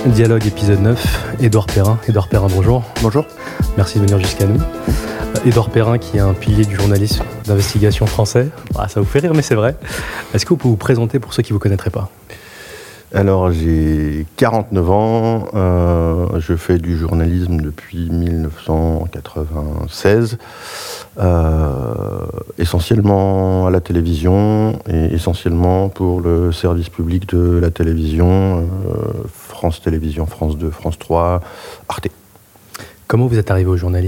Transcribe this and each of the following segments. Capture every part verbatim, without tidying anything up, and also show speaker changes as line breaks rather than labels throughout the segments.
Dialogue épisode neuf, Édouard Perrin. Édouard Perrin, bonjour.
Bonjour.
Merci de venir jusqu'à nous. Édouard Perrin, qui est un pilier du journalisme d'investigation français. Ah, ça vous fait rire, mais c'est vrai. Est-ce que vous pouvez vous présenter pour ceux qui ne vous connaîtraient pas ?
Alors, j'ai quarante-neuf ans, euh, je fais du journalisme depuis dix-neuf cent quatre-vingt-seize, euh, essentiellement à la télévision et essentiellement pour le service public de la télévision, euh, France Télévisions, France deux, France trois, Arte.
Comment vous êtes arrivé au journalisme ?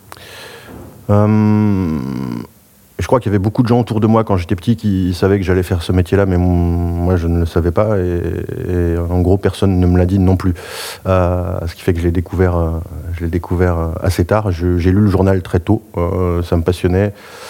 euh, Je crois qu'il y avait beaucoup de gens autour de moi quand j'étais petit qui savaient que j'allais faire ce métier-là, mais moi je ne le savais pas et, et en gros personne ne me l'a dit non plus. Euh, ce qui fait que je l'ai découvert, euh, je l'ai découvert assez tard. Je, j'ai lu le journal très tôt, euh, ça me passionnait.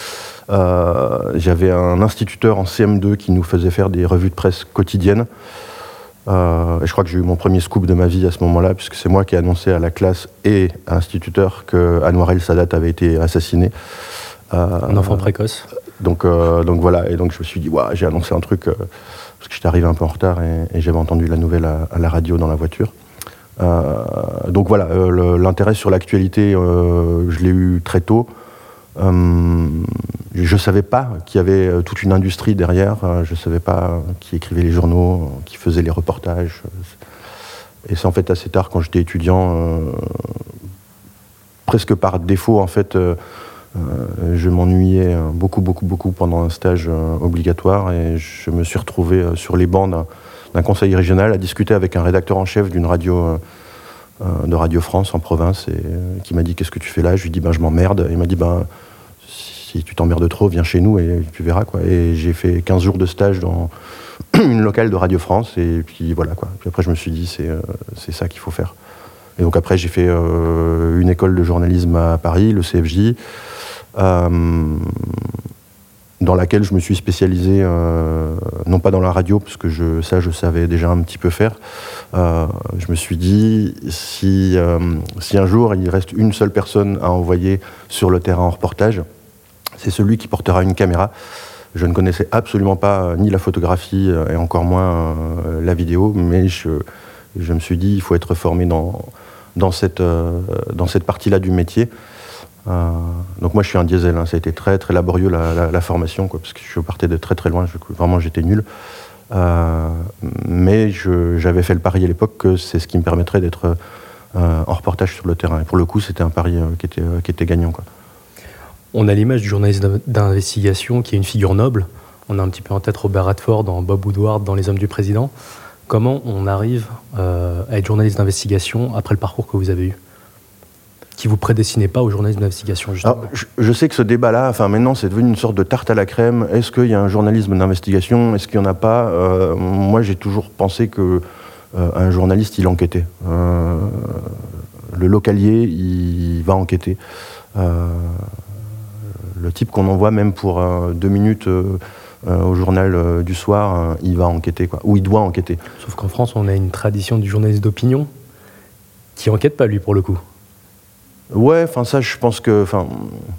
Euh, j'avais un instituteur en C M deux qui nous faisait faire des revues de presse quotidiennes. Euh, et je crois que j'ai eu mon premier scoop de ma vie à ce moment-là, puisque c'est moi qui ai annoncé à la classe et à l'instituteur que Anwar el-Sadat avait été assassiné.
Euh, un enfant précoce.
Donc, euh, donc voilà, et donc je me suis dit, ouais, j'ai annoncé un truc, euh, parce que j'étais arrivé un peu en retard et, et j'avais entendu la nouvelle à, à la radio dans la voiture. Euh, donc voilà, euh, le, l'intérêt sur l'actualité, euh, je l'ai eu très tôt. Euh, je ne savais pas qu'il y avait toute une industrie derrière, je ne savais pas qui écrivait les journaux, qui faisait les reportages. Et c'est en fait assez tard, quand j'étais étudiant, euh, presque par défaut, en fait, euh, Euh, je m'ennuyais beaucoup, beaucoup, beaucoup pendant un stage euh, obligatoire et je me suis retrouvé euh, sur les bancs d'un, d'un conseil régional à discuter avec un rédacteur en chef d'une radio, euh, euh, de Radio France en province et euh, qui m'a dit « Qu'est-ce que tu fais là ?» Je lui ai dit ben, « Je m'emmerde » et il m'a dit ben, « Si tu t'emmerdes trop, viens chez nous et tu verras. » quoi. Et j'ai fait quinze jours de stage dans une locale de Radio France et puis voilà. Quoi. Puis après je me suis dit c'est, euh, c'est ça qu'il faut faire. Et donc après j'ai fait euh, une école de journalisme à Paris, le C F J. Euh, dans laquelle je me suis spécialisé, euh, non pas dans la radio, parce que je, ça je savais déjà un petit peu faire. Euh, je me suis dit, si, euh, si un jour il reste une seule personne à envoyer sur le terrain en reportage, c'est celui qui portera une caméra. Je ne connaissais absolument pas euh, ni la photographie euh, et encore moins euh, la vidéo, mais je, je me suis dit, il faut être formé dans, dans, cette, euh, dans cette partie-là du métier. Euh, donc moi je suis un diesel, hein. Ça a été très très laborieux la, la, la formation, quoi, parce que je partais de très très loin, je, vraiment j'étais nul. Euh, mais je, j'avais fait le pari à l'époque que c'est ce qui me permettrait d'être euh, en reportage sur le terrain. Et pour le coup c'était un pari euh, qui, était, euh, qui était gagnant, quoi.
On a l'image du journaliste d'investigation qui est une figure noble. On a un petit peu en tête Robert Redford dans Bob Woodward dans Les Hommes du Président. Comment on arrive euh, à être journaliste d'investigation après le parcours que vous avez eu ? Qui vous prédestinait pas au journalisme d'investigation, justement.
Alors, je, je sais que ce débat-là, enfin maintenant, c'est devenu une sorte de tarte à la crème. Est-ce qu'il y a un journalisme d'investigation ? Est-ce qu'il n'y en a pas ? euh, Moi, j'ai toujours pensé que euh, un journaliste, il enquêtait. Euh, le localier, il va enquêter. Euh, le type qu'on envoie même pour euh, deux minutes euh, euh, au journal euh, du soir, euh, il va enquêter, quoi. Ou il doit enquêter.
Sauf qu'en France, on a une tradition du journaliste d'opinion qui enquête pas, lui, pour le coup.
Ouais, enfin ça, je pense que, enfin,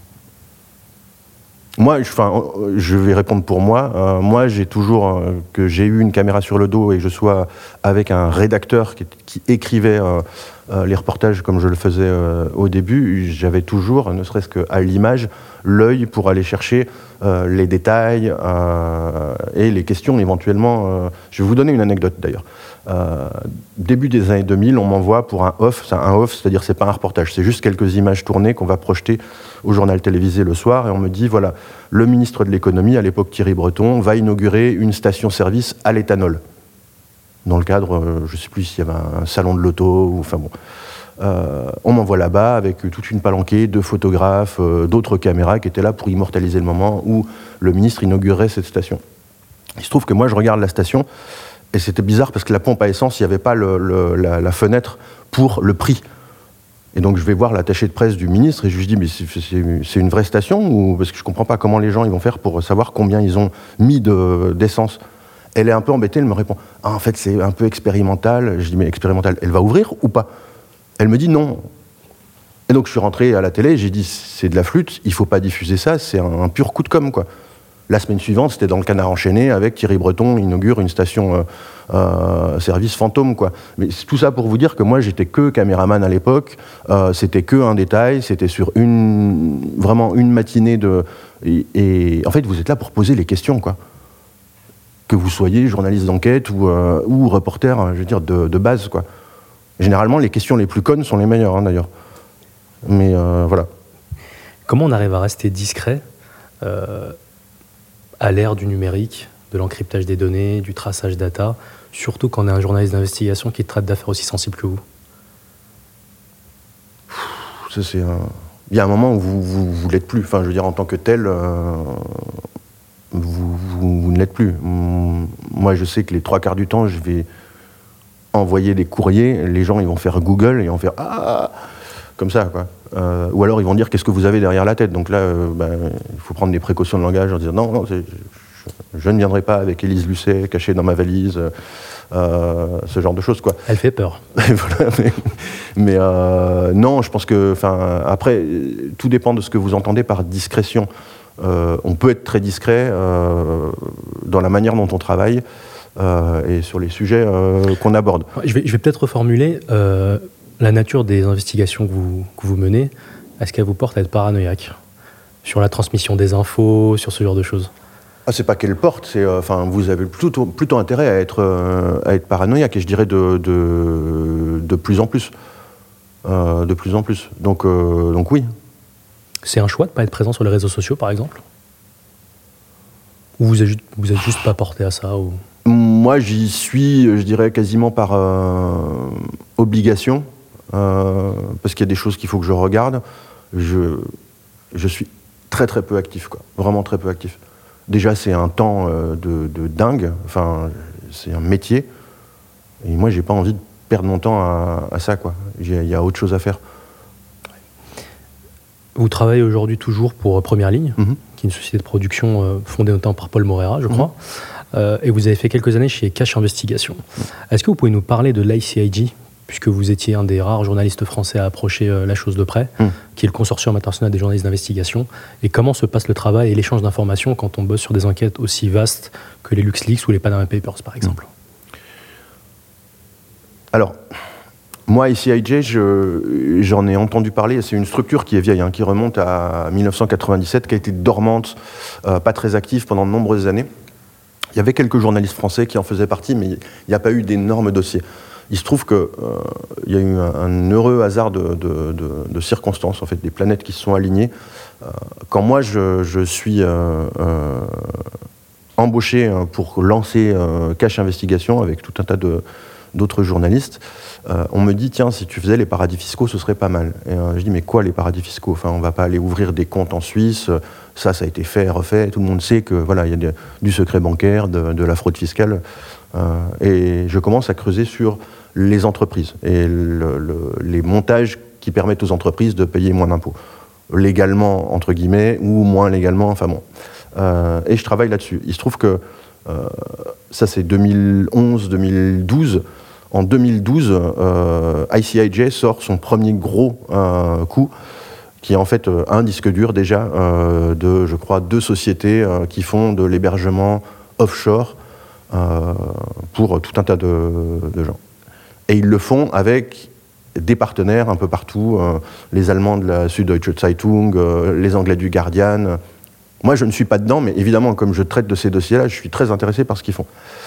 moi, enfin, je vais répondre pour moi. Euh, moi, j'ai toujours euh, que j'ai eu une caméra sur le dos et que je sois avec un rédacteur qui, qui écrivait euh, euh, les reportages comme je le faisais euh, au début. J'avais toujours, ne serait-ce qu'à l'image, l'œil pour aller chercher euh, les détails euh, et les questions éventuellement. Euh, je vais vous donner une anecdote d'ailleurs. Euh, début des années deux mille, on m'envoie pour un off, c'est un off, c'est-à-dire c'est pas un reportage, c'est juste quelques images tournées qu'on va projeter au journal télévisé le soir, et on me dit voilà, le ministre de l'économie, à l'époque Thierry Breton, va inaugurer une station-service à l'éthanol. Dans le cadre, euh, je sais plus s'il y avait un, un salon de l'auto, ou enfin bon. Euh, on m'envoie là-bas avec toute une palanquée de photographes, euh, d'autres caméras qui étaient là pour immortaliser le moment où le ministre inaugurerait cette station. Il se trouve que moi je regarde la station. Et c'était bizarre parce que la pompe à essence, il n'y avait pas le, le, la, la fenêtre pour le prix. Et donc je vais voir l'attaché de presse du ministre et je lui dis mais c'est, c'est, c'est une vraie station ou parce que je ne comprends pas comment les gens ils vont faire pour savoir combien ils ont mis de, d'essence. Elle est un peu embêtée, elle me répond ah, en fait c'est un peu expérimental. Je dis mais expérimental, elle va ouvrir ou pas ? Elle me dit non. Et donc je suis rentré à la télé et j'ai dit c'est de la flûte, il ne faut pas diffuser ça, c'est un, un pur coup de com', quoi. La semaine suivante, c'était dans le Canard enchaîné avec Thierry Breton inaugure une station euh, euh, service fantôme, quoi. Mais c'est tout ça pour vous dire que moi, j'étais que caméraman à l'époque. Euh, c'était que un détail. C'était sur une vraiment une matinée de. Et, et en fait, vous êtes là pour poser les questions, quoi. Que vous soyez journaliste d'enquête ou, euh, ou reporter, je veux dire, de, de base, quoi. Généralement, les questions les plus connes sont les meilleures, hein, d'ailleurs. Mais euh, voilà.
Comment on arrive à rester discret euh, à l'ère du numérique, de l'encryptage des données, du traçage data, surtout quand on est un journaliste d'investigation qui traite d'affaires aussi sensibles que vous?
Ça, c'est un... Il y a un moment où vous, vous, vous l'êtes plus. Enfin, je veux dire, en tant que tel, euh, vous, vous, vous ne l'êtes plus. Moi, je sais que les trois quarts du temps, je vais envoyer des courriers. Les gens, ils vont faire Google et ils vont faire ah, comme ça, quoi. Euh, ou alors ils vont dire qu'est-ce que vous avez derrière la tête. Donc là, euh, ben, il faut prendre des précautions de langage en disant non, non, c'est, je, je ne viendrai pas avec Élise Lucet cachée dans ma valise, euh, ce genre de choses, quoi.
Elle fait peur.
Voilà, mais mais euh, non, je pense que, enfin, après, tout dépend de ce que vous entendez par discrétion. Euh, on peut être très discret euh, dans la manière dont on travaille euh, et sur les sujets euh, qu'on aborde.
Je vais, je vais peut-être reformuler. Euh, La nature des investigations que vous, que vous menez, est-ce qu'elle vous porte à être paranoïaque sur la transmission des infos, sur ce genre de choses?
Ah, c'est pas qu'elle porte, c'est, enfin, euh, vous avez plutôt, plutôt intérêt à être, euh, à être paranoïaque, et je dirais de, de, de plus en plus. Euh, de plus en plus. Donc, euh, donc oui.
C'est un choix de ne pas être présent sur les réseaux sociaux, par exemple? Ou vous êtes, vous êtes juste pas porté à ça ou...
Moi, j'y suis, je dirais, quasiment par euh, obligation. Euh, parce qu'il y a des choses qu'il faut que je regarde. Je, je suis très très peu actif, quoi. Vraiment très peu actif. Déjà, c'est un temps euh, de, de dingue. Enfin, c'est un métier. Et moi, j'ai pas envie de perdre mon temps à, à ça, quoi. Il y a autre chose à faire.
Vous travaillez aujourd'hui toujours pour Première Ligne,
mm-hmm.
qui est une société de production euh, fondée notamment par Paul Morera, je crois. Mm-hmm. Euh, et vous avez fait quelques années chez Cache Investigation. Mm-hmm. Est-ce que vous pouvez nous parler de l'I C I G, puisque vous étiez un des rares journalistes français à approcher euh, la chose de près, mm. qui est le consortium international des journalistes d'investigation, et comment se passe le travail et l'échange d'informations quand on bosse sur des enquêtes aussi vastes que les LuxLeaks ou les Panama Papers, par exemple?
mm. Alors, moi, I C I J, je, j'en ai entendu parler. C'est une structure qui est vieille, hein, qui remonte à mille neuf cent quatre-vingt-dix-sept, qui a été dormante, euh, pas très active pendant de nombreuses années. Il y avait quelques journalistes français qui en faisaient partie, mais il n'y a pas eu d'énormes dossiers. Il se trouve qu'il euh, y a eu un, un heureux hasard de, de, de, de circonstances, en fait, des planètes qui se sont alignées. Euh, quand moi, je, je suis euh, euh, embauché pour lancer euh, Cache Investigation avec tout un tas de, d'autres journalistes, euh, on me dit, tiens, si tu faisais les paradis fiscaux, ce serait pas mal. Et euh, je dis, mais quoi les paradis fiscaux? Enfin, on va pas aller ouvrir des comptes en Suisse, ça, ça a été fait, refait, tout le monde sait que voilà, il y a de, du secret bancaire, de, de la fraude fiscale. Euh, et je commence à creuser sur les entreprises et le, le, les montages qui permettent aux entreprises de payer moins d'impôts. Légalement, entre guillemets, ou moins légalement, enfin bon. Euh, et je travaille là-dessus. Il se trouve que euh, ça, c'est deux mille onze deux mille douze. En deux mille douze, euh, I C I J sort son premier gros euh, coup, qui est en fait euh, un disque dur déjà euh, de, je crois, deux sociétés euh, qui font de l'hébergement offshore euh, pour tout un tas de, de gens. Et ils le font avec des partenaires un peu partout, euh, les Allemands de la Süddeutsche Zeitung, euh, les Anglais du Guardian. Moi, je ne suis pas dedans, mais évidemment, comme je traite de ces dossiers-là, je suis très intéressé par ce qu'ils font.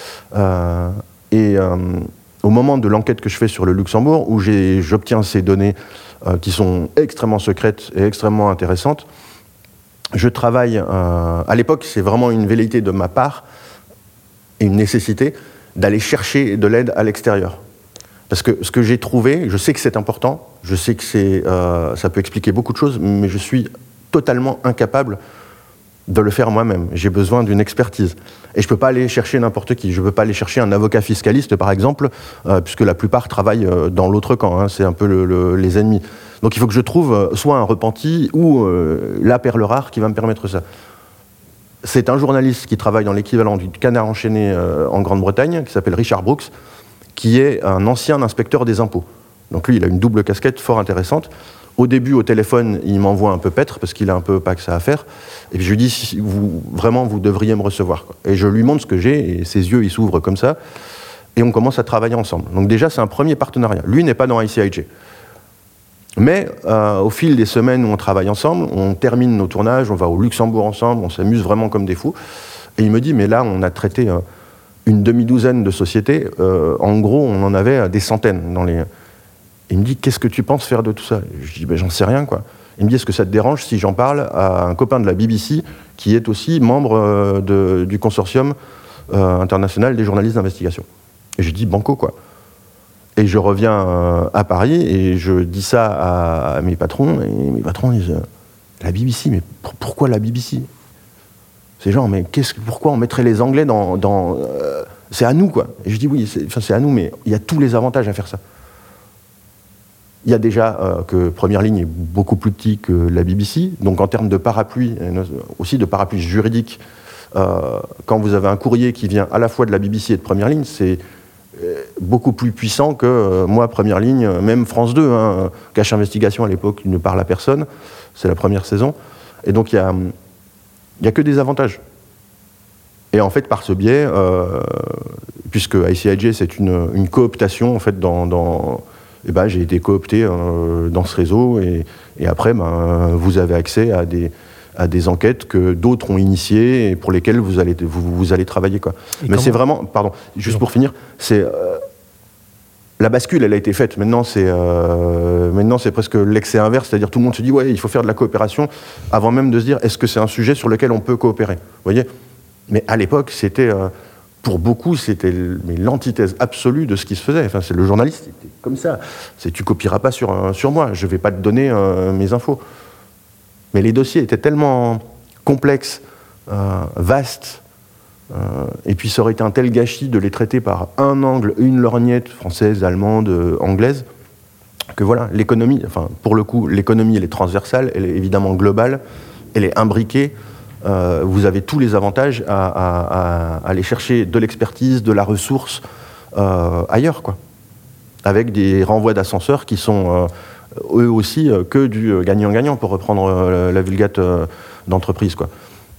Euh, et euh, au moment de l'enquête que je fais sur le Luxembourg, où j'ai, j'obtiens ces données euh, qui sont extrêmement secrètes et extrêmement intéressantes, je travaille... Euh, à l'époque, c'est vraiment une velléité de ma part et une nécessité d'aller chercher de l'aide à l'extérieur. Parce que ce que j'ai trouvé, je sais que c'est important, je sais que c'est, euh, ça peut expliquer beaucoup de choses, mais je suis totalement incapable de le faire moi-même. J'ai besoin d'une expertise. Et je ne peux pas aller chercher n'importe qui. Je ne peux pas aller chercher un avocat fiscaliste, par exemple, euh, puisque la plupart travaillent euh, dans l'autre camp. Hein, c'est un peu le, le, les ennemis. Donc il faut que je trouve euh, soit un repenti ou euh, la perle rare qui va me permettre ça. C'est un journaliste qui travaille dans l'équivalent du Canard enchaîné euh, en Grande-Bretagne, qui s'appelle Richard Brooks, qui est un ancien inspecteur des impôts. Donc lui, il a une double casquette fort intéressante. Au début, au téléphone, il m'envoie un peu paître, parce qu'il a un peu pas que ça à faire. Et puis je lui dis, si vous, vraiment, vous devriez me recevoir, quoi. Et je lui montre ce que j'ai, et ses yeux, ils s'ouvrent comme ça. Et on commence à travailler ensemble. Donc déjà, c'est un premier partenariat. Lui n'est pas dans I C I J. Mais euh, au fil des semaines où on travaille ensemble, on termine nos tournages, on va au Luxembourg ensemble, on s'amuse vraiment comme des fous. Et il me dit, mais là, on a traité euh, une demi-douzaine de sociétés. Euh, en gros, on en avait des centaines. Dans les... Il me dit, qu'est-ce que tu penses faire de tout ça? Je dis, ben, j'en sais rien, quoi. Il me dit, est-ce que ça te dérange si j'en parle à un copain de la B B C, qui est aussi membre euh, de, du consortium euh, international des journalistes d'investigation? Et je dis, banco, quoi. Et je reviens euh, à Paris et je dis ça à, à mes patrons, et mes patrons disent, la B B C, mais pour, pourquoi la B B C? C'est genre, mais qu'est-ce, pourquoi on mettrait les Anglais dans... dans euh, c'est à nous, quoi. Et je dis, oui, c'est, enfin, c'est à nous, mais il y a tous les avantages à faire ça. Il y a déjà euh, que Première Ligne est beaucoup plus petit que la B B C, donc en termes de parapluie, aussi de parapluie juridique, euh, quand vous avez un courrier qui vient à la fois de la B B C et de Première Ligne, c'est euh, beaucoup plus puissant que euh, moi, Première Ligne, même France deux, hein, Cache Investigation à l'époque, il ne parle à personne, c'est la première saison, et donc il y a, il y a que des avantages. Et en fait, par ce biais, euh, puisque I C I J c'est une, une cooptation en fait dans, dans eh ben, j'ai été coopté euh, dans ce réseau et, et après, ben, vous avez accès à des, à des enquêtes que d'autres ont initiées et pour lesquelles vous allez, vous, vous allez travailler, quoi. Mais comment... c'est vraiment, pardon, juste non. pour finir, c'est euh, la bascule, elle a été faite. Maintenant, c'est euh, maintenant, c'est presque l'excès inverse, c'est-à-dire tout le monde se dit ouais, il faut faire de la coopération avant même de se dire est-ce que c'est un sujet sur lequel on peut coopérer. Vous voyez ? Mais à l'époque, c'était euh, pour beaucoup, c'était l'antithèse absolue de ce qui se faisait. Enfin, c'est le journaliste, c'était comme ça. C'est tu copieras pas sur, euh, sur moi, je vais pas te donner euh, mes infos. Mais les dossiers étaient tellement complexes, euh, vastes, euh, et puis ça aurait été un tel gâchis de les traiter par un angle, une lorgnette française, allemande, euh, anglaise, que voilà, l'économie, enfin, pour le coup, l'économie, elle est transversale, elle est évidemment globale, elle est imbriquée. Euh, vous avez tous les avantages à, à, à aller chercher de l'expertise, de la ressource euh, ailleurs, quoi. Avec des renvois d'ascenseurs qui sont euh, eux aussi euh, que du gagnant-gagnant, pour reprendre euh, la vulgate euh, d'entreprise, quoi.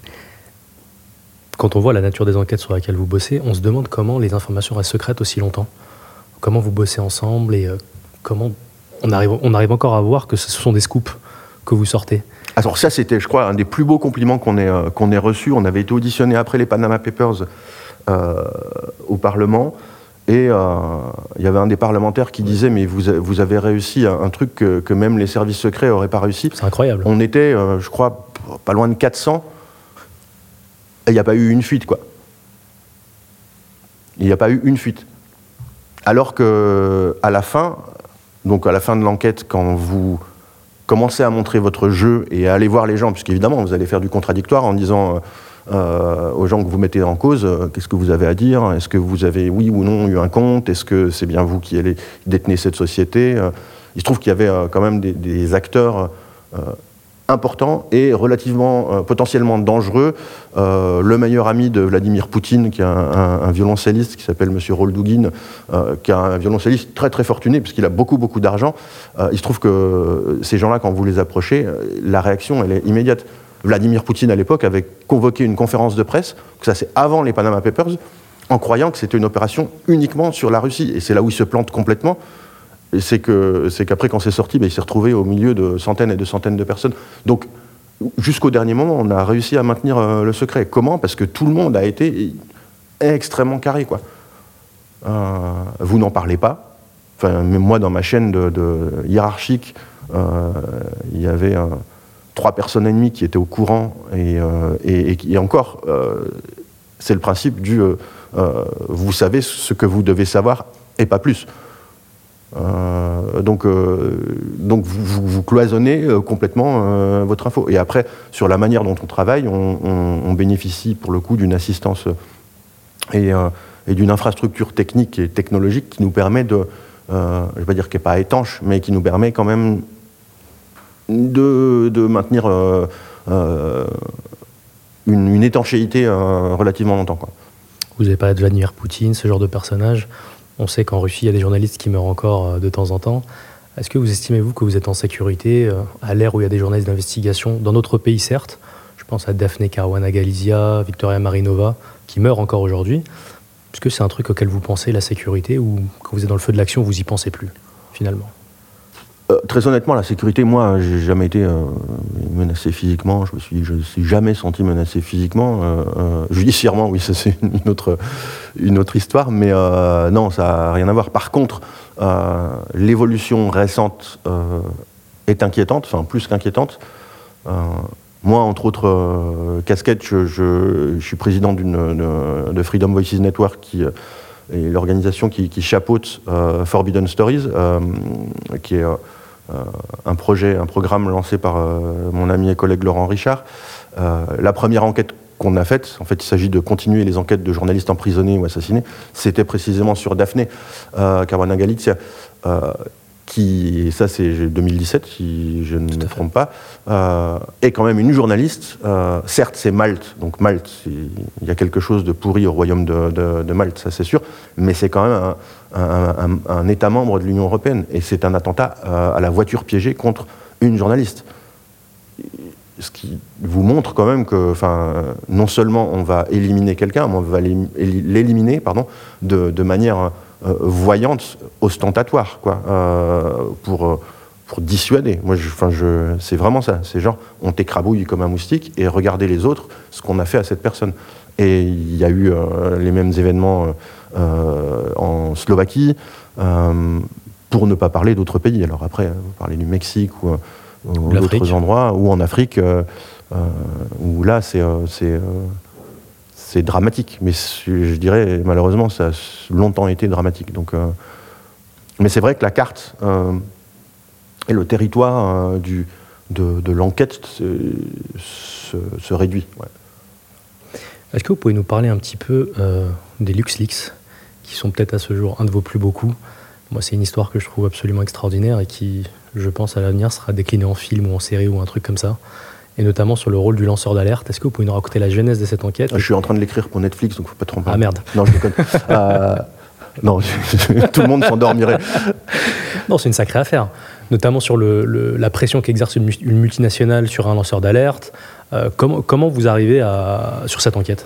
Quand on voit la nature des enquêtes sur lesquelles vous bossez, on se demande comment les informations restent secrètes aussi longtemps. Comment vous bossez ensemble et euh, comment on arrive, on arrive encore à voir que ce sont des scoops que vous sortez.
Alors ça, c'était, je crois, un des plus beaux compliments qu'on ait, euh, qu'on ait reçus. On avait été auditionné après les Panama Papers euh, au Parlement. Et il euh, y avait un des parlementaires qui disait « Mais vous, vous avez réussi un, un truc que, que même les services secrets n'auraient pas réussi. »
C'est incroyable.
On était, euh, je crois, pas loin de quatre cents. Et il n'y a pas eu une fuite, quoi. Il n'y a pas eu une fuite. Alors qu'à la fin, donc à la fin de l'enquête, quand vous commencez à montrer votre jeu et à aller voir les gens, puisqu'évidemment, vous allez faire du contradictoire en disant euh, aux gens que vous mettez en cause, euh, qu'est-ce que vous avez à dire? Est-ce que vous avez, oui ou non, eu un compte? Est-ce que c'est bien vous qui allez détenir cette société? euh, Il se trouve qu'il y avait euh, quand même des, des acteurs euh, importants et relativement, euh, potentiellement dangereux. Euh, le meilleur ami de Vladimir Poutine, qui est un, un, un violoncelliste qui s'appelle Monsieur Roldugin, euh, qui est un violoncelliste très très fortuné puisqu'il a beaucoup beaucoup d'argent. Euh, il se trouve que ces gens-là, quand vous les approchez, la réaction elle est immédiate. Vladimir Poutine à l'époque avait convoqué une conférence de presse, que ça c'est avant les Panama Papers, en croyant que c'était une opération uniquement sur la Russie. Et c'est là où il se plante complètement. Et c'est, que, c'est qu'après, quand c'est sorti, ben, il s'est retrouvé au milieu de centaines et de centaines de personnes. Donc, jusqu'au dernier moment, on a réussi à maintenir euh, le secret. Comment? Parce que tout le monde a été extrêmement carré, quoi. Euh, vous n'en parlez pas. Enfin, même moi, dans ma chaîne de, de hiérarchique, euh, il y avait euh, trois personnes et demie qui étaient au courant. Et, euh, et, et, et encore, euh, c'est le principe du euh, euh, vous savez ce que vous devez savoir et pas plus. Euh, donc, euh, donc vous, vous, vous cloisonnez euh, complètement euh, votre info. Et après, sur la manière dont on travaille, on, on, on bénéficie pour le coup d'une assistance et, euh, et d'une infrastructure technique et technologique qui nous permet de, euh, je ne vais pas dire qu'elle n'est pas étanche, mais qui nous permet quand même de, de maintenir euh, euh, une, une étanchéité euh, relativement longtemps, quoi.
Vous avez parlé de Vladimir Poutine, ce genre de personnage. On sait qu'en Russie, il y a des journalistes qui meurent encore de temps en temps. Est-ce que vous estimez-vous que vous êtes en sécurité euh, à l'ère où il y a des journalistes d'investigation, dans notre pays certes, je pense à Daphne Caruana Galizia, Victoria Marinova, qui meurent encore aujourd'hui. Est-ce que c'est un truc auquel vous pensez, la sécurité, ou quand vous êtes dans le feu de l'action, vous y pensez plus, finalement?
Euh, très honnêtement, la sécurité, moi, j'ai jamais été euh, menacé physiquement. Je me suis, je me suis jamais senti menacé physiquement. Euh, euh, judiciairement, oui, ça c'est une autre, une autre histoire, mais euh, non, ça n'a rien à voir. Par contre, euh, l'évolution récente euh, est inquiétante, enfin plus qu'inquiétante. Euh, moi, entre autres euh, casquettes, je, je, je suis président d'une, de, de Freedom Voices Network, qui est l'organisation qui, qui chapeaute euh, Forbidden Stories, euh, qui est euh, un projet, un programme lancé par euh, mon ami et collègue Laurent Richard. Euh, la première enquête qu'on a faite, en fait, il s'agit de continuer les enquêtes de journalistes emprisonnés ou assassinés, c'était précisément sur Daphne euh, Caruana Galizia, euh, qui, et ça c'est deux mille dix-sept, si je ne me trompe pas, euh, est quand même une journaliste. Euh, certes, c'est Malte, donc Malte, il y a quelque chose de pourri au royaume de, de, de Malte, ça c'est sûr, mais c'est quand même un, un, un, un État membre de l'Union européenne, et c'est un attentat euh, à la voiture piégée contre une journaliste. Ce qui vous montre quand même que, enfin, non seulement on va éliminer quelqu'un, mais on va l'éliminer, pardon, de, de manière Euh, voyante, ostentatoire, quoi, euh, pour, pour dissuader. Moi, je, enfin, je, c'est vraiment ça. C'est genre, on t'écrabouille comme un moustique et regardez les autres, ce qu'on a fait à cette personne. Et il y a eu euh, les mêmes événements euh, en Slovaquie, euh, pour ne pas parler d'autres pays. Alors après, vous parlez du Mexique ou, ou d'autres endroits, ou en Afrique, euh, euh, où là, c'est... Euh, c'est euh, c'est dramatique, mais je dirais, malheureusement, ça a longtemps été dramatique. Donc, euh, mais c'est vrai que la carte euh, et le territoire euh, du, de, de l'enquête se, se, se réduit. Ouais.
Est-ce que vous pouvez nous parler un petit peu euh, des LuxLeaks, qui sont peut-être à ce jour un de vos plus beaux coups? Moi, c'est une histoire que je trouve absolument extraordinaire et qui, je pense, à l'avenir sera déclinée en film ou en série ou un truc comme ça. Et notamment sur le rôle du lanceur d'alerte. Est-ce que vous pouvez nous raconter la genèse de cette enquête?
Je suis en train de l'écrire pour Netflix, donc il ne faut pas te tromper.
Ah merde.
Non, je déconne. euh, non, tout le monde s'endormirait.
Non, c'est une sacrée affaire. Notamment sur le, le, la pression qu'exerce une, une multinationale sur un lanceur d'alerte. Euh, comment, comment vous arrivez à, sur cette enquête?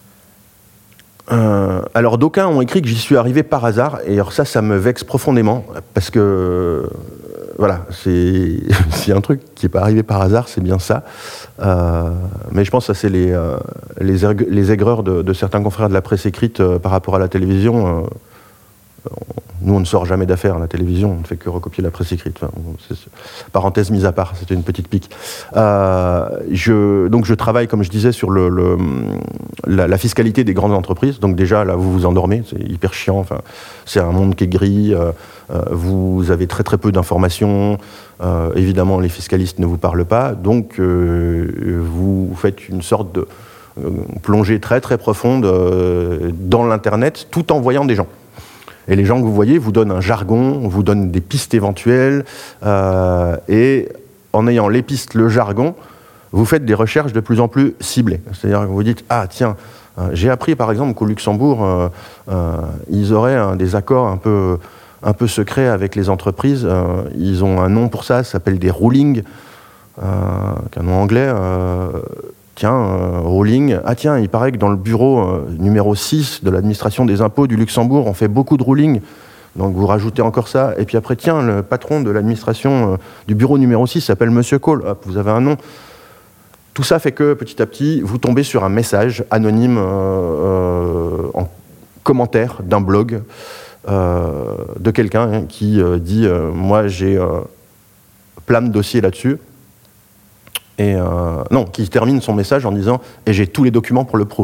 Euh, alors d'aucuns ont écrit que j'y suis arrivé par hasard, et alors ça, ça me vexe profondément, parce que, euh, voilà, c'est, c'est un truc qui n'est pas arrivé par hasard, c'est bien ça. Euh, mais je pense que ça, c'est les, euh, les, erg- les aigreurs de, de certains confrères de la presse écrite euh, par rapport à la télévision. Euh, Nous, on ne sort jamais d'affaires à la télévision, on ne fait que recopier la presse écrite. Enfin, c'est, c'est, parenthèse mise à part, c'était une petite pique. Euh, je, donc je travaille, comme je disais, sur le, le, la, la fiscalité des grandes entreprises. Donc déjà, là, vous vous endormez, c'est hyper chiant. Enfin, c'est un monde qui est gris, euh, euh, vous avez très très peu d'informations. Euh, évidemment, les fiscalistes ne vous parlent pas. Donc, euh, vous faites une sorte de euh, plongée très très profonde euh, dans l'Internet, tout en voyant des gens. Et les gens que vous voyez vous donnent un jargon, vous donnent des pistes éventuelles, euh, et en ayant les pistes, le jargon, vous faites des recherches de plus en plus ciblées. C'est-à-dire que vous dites, ah tiens, euh, j'ai appris par exemple qu'au Luxembourg, euh, euh, ils auraient un, des accords un peu, un peu secrets avec les entreprises. Euh, ils ont un nom pour ça, ça s'appelle des rulings, euh, un nom anglais. Euh, Tiens, euh, ruling, ah tiens, il paraît que dans le bureau euh, numéro six de l'administration des impôts du Luxembourg, on fait beaucoup de ruling. Donc vous rajoutez encore ça. Et puis après, tiens, le patron de l'administration euh, du bureau numéro six s'appelle Monsieur Cole. Hop, vous avez un nom. Tout ça fait que petit à petit, vous tombez sur un message anonyme euh, euh, en commentaire d'un blog euh, de quelqu'un hein, qui euh, dit euh, moi j'ai euh, plein de dossiers là-dessus. Et euh, non, qui termine son message en disant « et j'ai tous les documents pour le prouver ».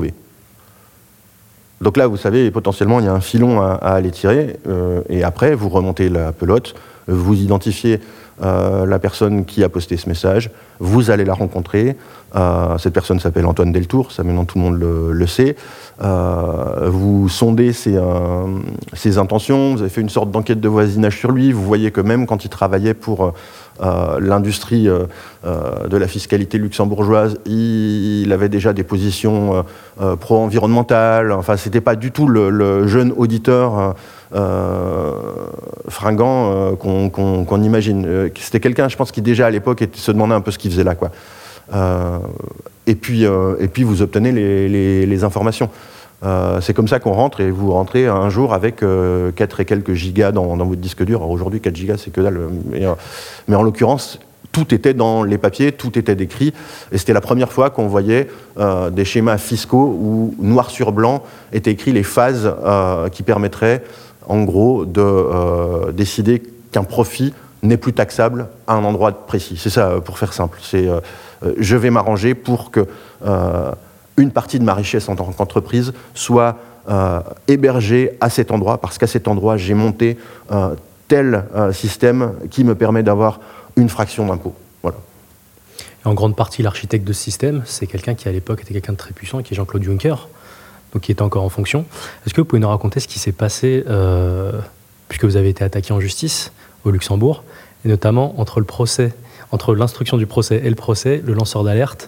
Donc là, vous savez, potentiellement, il y a un filon à, à aller tirer, euh, et après, vous remontez la pelote, vous identifiez euh, la personne qui a posté ce message, vous allez la rencontrer, euh, cette personne s'appelle Antoine Deltour, ça maintenant tout le monde le, le sait, euh, vous sondez ses, euh, ses intentions, vous avez fait une sorte d'enquête de voisinage sur lui, vous voyez que même quand il travaillait pour... Euh, l'industrie euh, euh, de la fiscalité luxembourgeoise, il, il avait déjà des positions euh, euh, pro-environnementales. Enfin, c'était pas du tout le, le jeune auditeur euh, fringant euh, qu'on, qu'on, qu'on imagine. Euh, c'était quelqu'un, je pense, qui déjà à l'époque était, se demandait un peu ce qu'il faisait là, quoi. Euh, et puis, euh, et puis vous obtenez les, les, les informations. Euh, c'est comme ça qu'on rentre, et vous rentrez un jour avec euh, quatre et quelques gigas dans, dans votre disque dur. Alors aujourd'hui, quatre gigas, c'est que dalle. Mais, euh, mais en l'occurrence, tout était dans les papiers, tout était décrit. Et c'était la première fois qu'on voyait euh, des schémas fiscaux où, noir sur blanc, étaient écrits les phases euh, qui permettraient, en gros, de euh, décider qu'un profit n'est plus taxable à un endroit précis. C'est ça, pour faire simple. C'est euh, je vais m'arranger pour que euh, une partie de ma richesse en tant qu'entreprise soit euh, hébergée à cet endroit, parce qu'à cet endroit, j'ai monté euh, tel euh, système qui me permet d'avoir une fraction d'impôt. Voilà.
Et en grande partie, l'architecte de ce système, c'est quelqu'un qui, à l'époque, était quelqu'un de très puissant, qui est Jean-Claude Juncker, donc qui était encore en fonction. Est-ce que vous pouvez nous raconter ce qui s'est passé, euh, puisque vous avez été attaqué en justice au Luxembourg, et notamment entre le procès, entre l'instruction du procès et le procès, le lanceur d'alerte?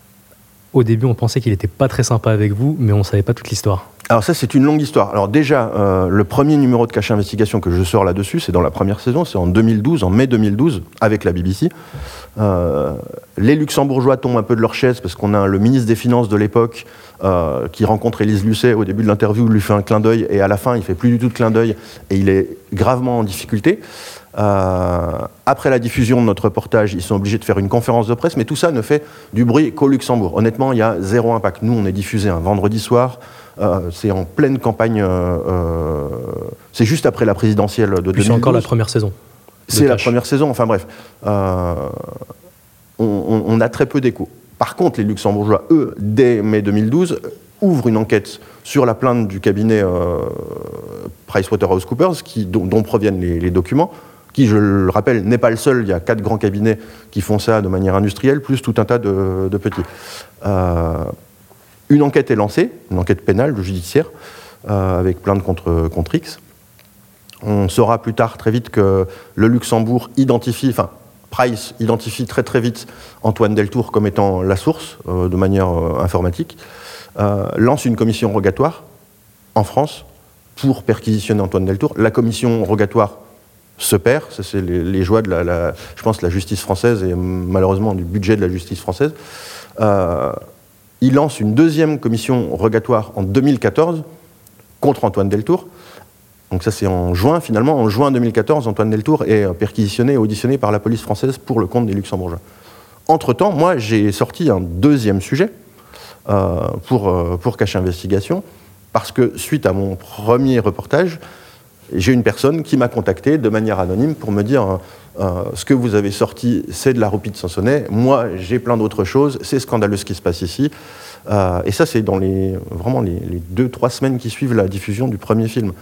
Au début, on pensait qu'il n'était pas très sympa avec vous, mais on ne savait pas toute l'histoire.
Alors ça, c'est une longue histoire. Alors déjà, euh, le premier numéro de Cache Investigation que je sors là-dessus, c'est dans la première saison, c'est en deux mille douze, en mai deux mille douze, avec la B B C. Euh, les Luxembourgeois tombent un peu de leur chaise parce qu'on a le ministre des Finances de l'époque euh, qui rencontre Élise Lucet au début de l'interview, lui fait un clin d'œil, et à la fin, il ne fait plus du tout de clin d'œil, et il est gravement en difficulté. Euh, après la diffusion de notre reportage, ils sont obligés de faire une conférence de presse, mais tout ça ne fait du bruit qu'au Luxembourg. Honnêtement, il y a zéro impact. Nous, on est diffusé un vendredi soir, euh, c'est en pleine campagne, euh, euh, c'est juste après la présidentielle de deux mille douze.
C'est encore la première saison.
C'est la première saison, enfin bref. Euh, on, on, on a très peu d'écho. Par contre, les Luxembourgeois, eux, dès mai deux mille douze, ouvrent une enquête sur la plainte du cabinet euh, PricewaterhouseCoopers, qui, dont, dont proviennent les, les documents, qui, je le rappelle, n'est pas le seul. Il y a quatre grands cabinets qui font ça de manière industrielle, plus tout un tas de, de petits. Euh, une enquête est lancée, une enquête pénale, judiciaire, euh, avec plainte contre, contre X. On saura plus tard, très vite, que le Luxembourg identifie, enfin, Price identifie très très vite Antoine Deltour comme étant la source, euh, de manière euh, informatique, euh, lance une commission rogatoire en France pour perquisitionner Antoine Deltour. La commission rogatoire se perd, ça c'est les, les joies de la, la, je pense, la justice française et malheureusement du budget de la justice française. Euh, il lance une deuxième commission rogatoire en deux mille quatorze contre Antoine Deltour. Donc ça c'est en juin, finalement, en juin deux mille quatorze, Antoine Deltour est perquisitionné et auditionné par la police française pour le compte des Luxembourgeois. Entre-temps, moi j'ai sorti un deuxième sujet euh, pour, euh, pour Cache Investigation, parce que suite à mon premier reportage, j'ai une personne qui m'a contacté de manière anonyme pour me dire euh, ce que vous avez sorti, c'est de la roupie de Sansonnet. Moi, j'ai plein d'autres choses. C'est scandaleux ce qui se passe ici. Euh, et ça, c'est dans les, vraiment les, les deux, trois semaines qui suivent la diffusion du premier film.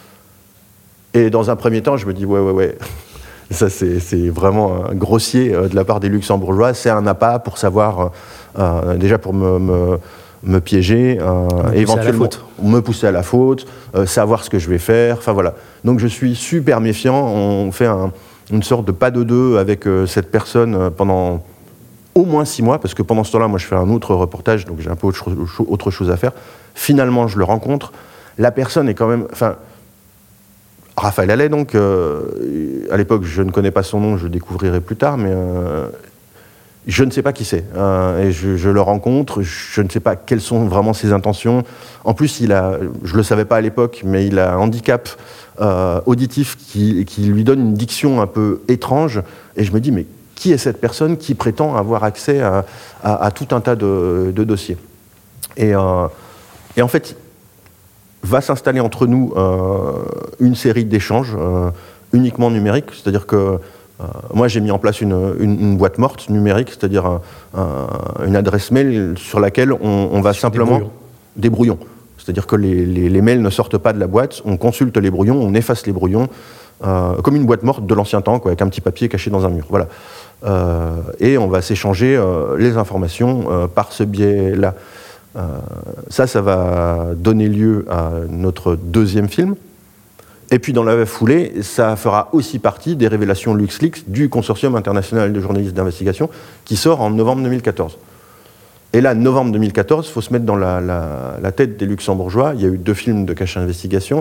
Et dans un premier temps, je me dis, ouais, ouais, ouais, ça c'est, c'est vraiment un grossier euh, de la part des Luxembourgeois. C'est un appât pour savoir, euh, déjà pour me... me me piéger, euh,
me
éventuellement me pousser à la faute, euh, savoir ce que je vais faire, enfin voilà. Donc je suis super méfiant, on fait un, une sorte de pas de deux avec euh, cette personne euh, pendant au moins six mois, parce que pendant ce temps-là, moi je fais un autre reportage, donc j'ai un peu autre, cho- autre chose à faire. Finalement, je le rencontre, la personne est quand même... Enfin, Raphaël Allais, donc, euh, à l'époque, je ne connais pas son nom, je le découvrirai plus tard, mais... Euh, je ne sais pas qui c'est, euh, et je, je le rencontre, je ne sais pas quelles sont vraiment ses intentions. En plus, il a, je ne le savais pas à l'époque, mais il a un handicap euh, auditif qui, qui lui donne une diction un peu étrange, et je me dis, mais qui est cette personne qui prétend avoir accès à, à, à tout un tas de, de dossiers et, euh, et en fait, va s'installer entre nous euh, une série d'échanges euh, uniquement numériques, c'est-à-dire que Euh, moi, j'ai mis en place une, une, une boîte morte numérique, c'est-à-dire un, un, une adresse mail sur laquelle on, on va sur simplement...
Des brouillons.
Des brouillons. C'est-à-dire que les, les, les mails ne sortent pas de la boîte, on consulte les brouillons, on efface les brouillons, euh, comme une boîte morte de l'ancien temps, quoi, avec un petit papier caché dans un mur. Voilà. Euh, et on va s'échanger euh, les informations euh, par ce biais-là. Euh, ça, ça va donner lieu à notre deuxième film. Et puis dans la foulée, ça fera aussi partie des révélations LuxLeaks du Consortium international de journalistes d'investigation qui sort en novembre deux mille quatorze. Et là, novembre deux mille quatorze, il faut se mettre dans la, la, la tête des Luxembourgeois. Il y a eu deux films de Cache Investigation.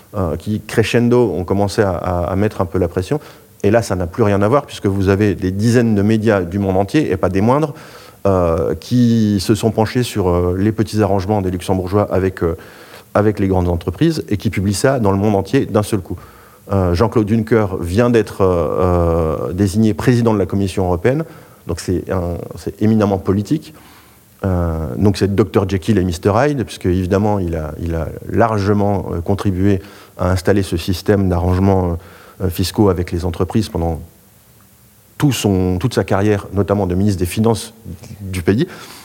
euh, qui, crescendo, ont commencé à, à, à mettre un peu la pression. Et là, ça n'a plus rien à voir, puisque vous avez des dizaines de médias du monde entier, et pas des moindres, euh, qui se sont penchés sur euh, les petits arrangements des luxembourgeois avec, euh, avec les grandes entreprises, et qui publient ça dans le monde entier d'un seul coup. Euh, Jean-Claude Juncker vient d'être euh, désigné président de la Commission européenne, donc c'est éminemment politique. Euh, donc c'est docteur Jekyll et mister Hyde, puisque évidemment il a, il a largement euh, contribué à installer ce système d'arrangements euh, fiscaux avec les entreprises pendant tout son, toute sa carrière, notamment de ministre des Finances du pays.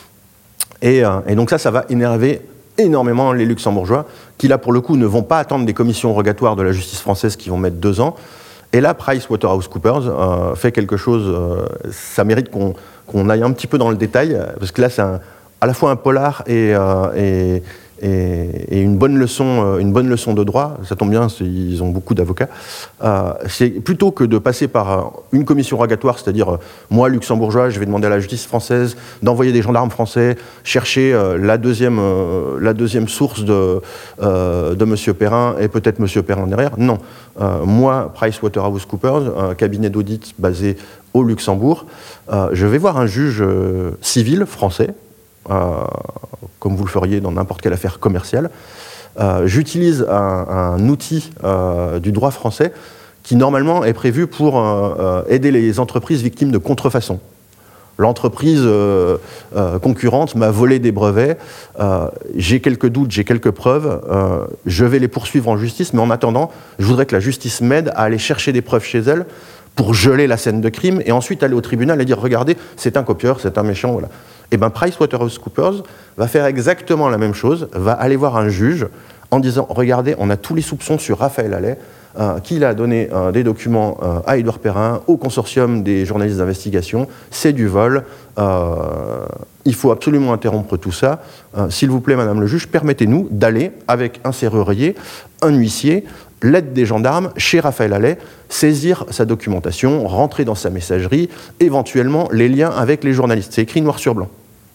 Et, euh, et donc ça, ça va énerver énormément les Luxembourgeois, qui là pour le coup ne vont pas attendre des commissions rogatoires de la justice française qui vont mettre deux ans. Et là, PricewaterhouseCoopers euh, fait quelque chose, euh, ça mérite qu'on qu'on aille un petit peu dans le détail, parce que là, c'est à la fois un polar et, euh, et, et, et une, bonne leçon, euh, une bonne leçon de droit. Ça tombe bien, ils ont beaucoup d'avocats. Euh, c'est plutôt que de passer par une commission rogatoire, c'est-à-dire, euh, moi, luxembourgeois, je vais demander à la justice française d'envoyer des gendarmes français chercher euh, la, deuxième, euh, la deuxième source de, euh, de M. Perrin et peut-être M. Perrin derrière. Non. Euh, moi, PricewaterhouseCoopers, un cabinet d'audit basé au Luxembourg, euh, je vais voir un juge euh, civil français, euh, comme vous le feriez dans n'importe quelle affaire commerciale. Euh, J'utilise un, un outil euh, du droit français qui normalement est prévu pour euh, aider les entreprises victimes de contrefaçon. L'entreprise euh, euh, concurrente m'a volé des brevets, euh, j'ai quelques doutes, j'ai quelques preuves, euh, je vais les poursuivre en justice, mais en attendant, je voudrais que la justice m'aide à aller chercher des preuves chez elle pour geler la scène de crime et ensuite aller au tribunal et dire « Regardez, c'est un copieur, c'est un méchant, voilà ». Et bien PricewaterhouseCoopers va faire exactement la même chose, va aller voir un juge en disant « Regardez, on a tous les soupçons sur Raphaël Allais, euh, qu'il a donné euh, des documents euh, à Édouard Perrin, au consortium des journalistes d'investigation, c'est du vol, euh, il faut absolument interrompre tout ça. Euh, S'il vous plaît, Madame le juge, permettez-nous d'aller avec un serrurier, un huissier, l'aide des gendarmes chez Raphaël Allais, saisir sa documentation, rentrer dans sa messagerie, éventuellement les liens avec les journalistes. C'est écrit noir sur blanc.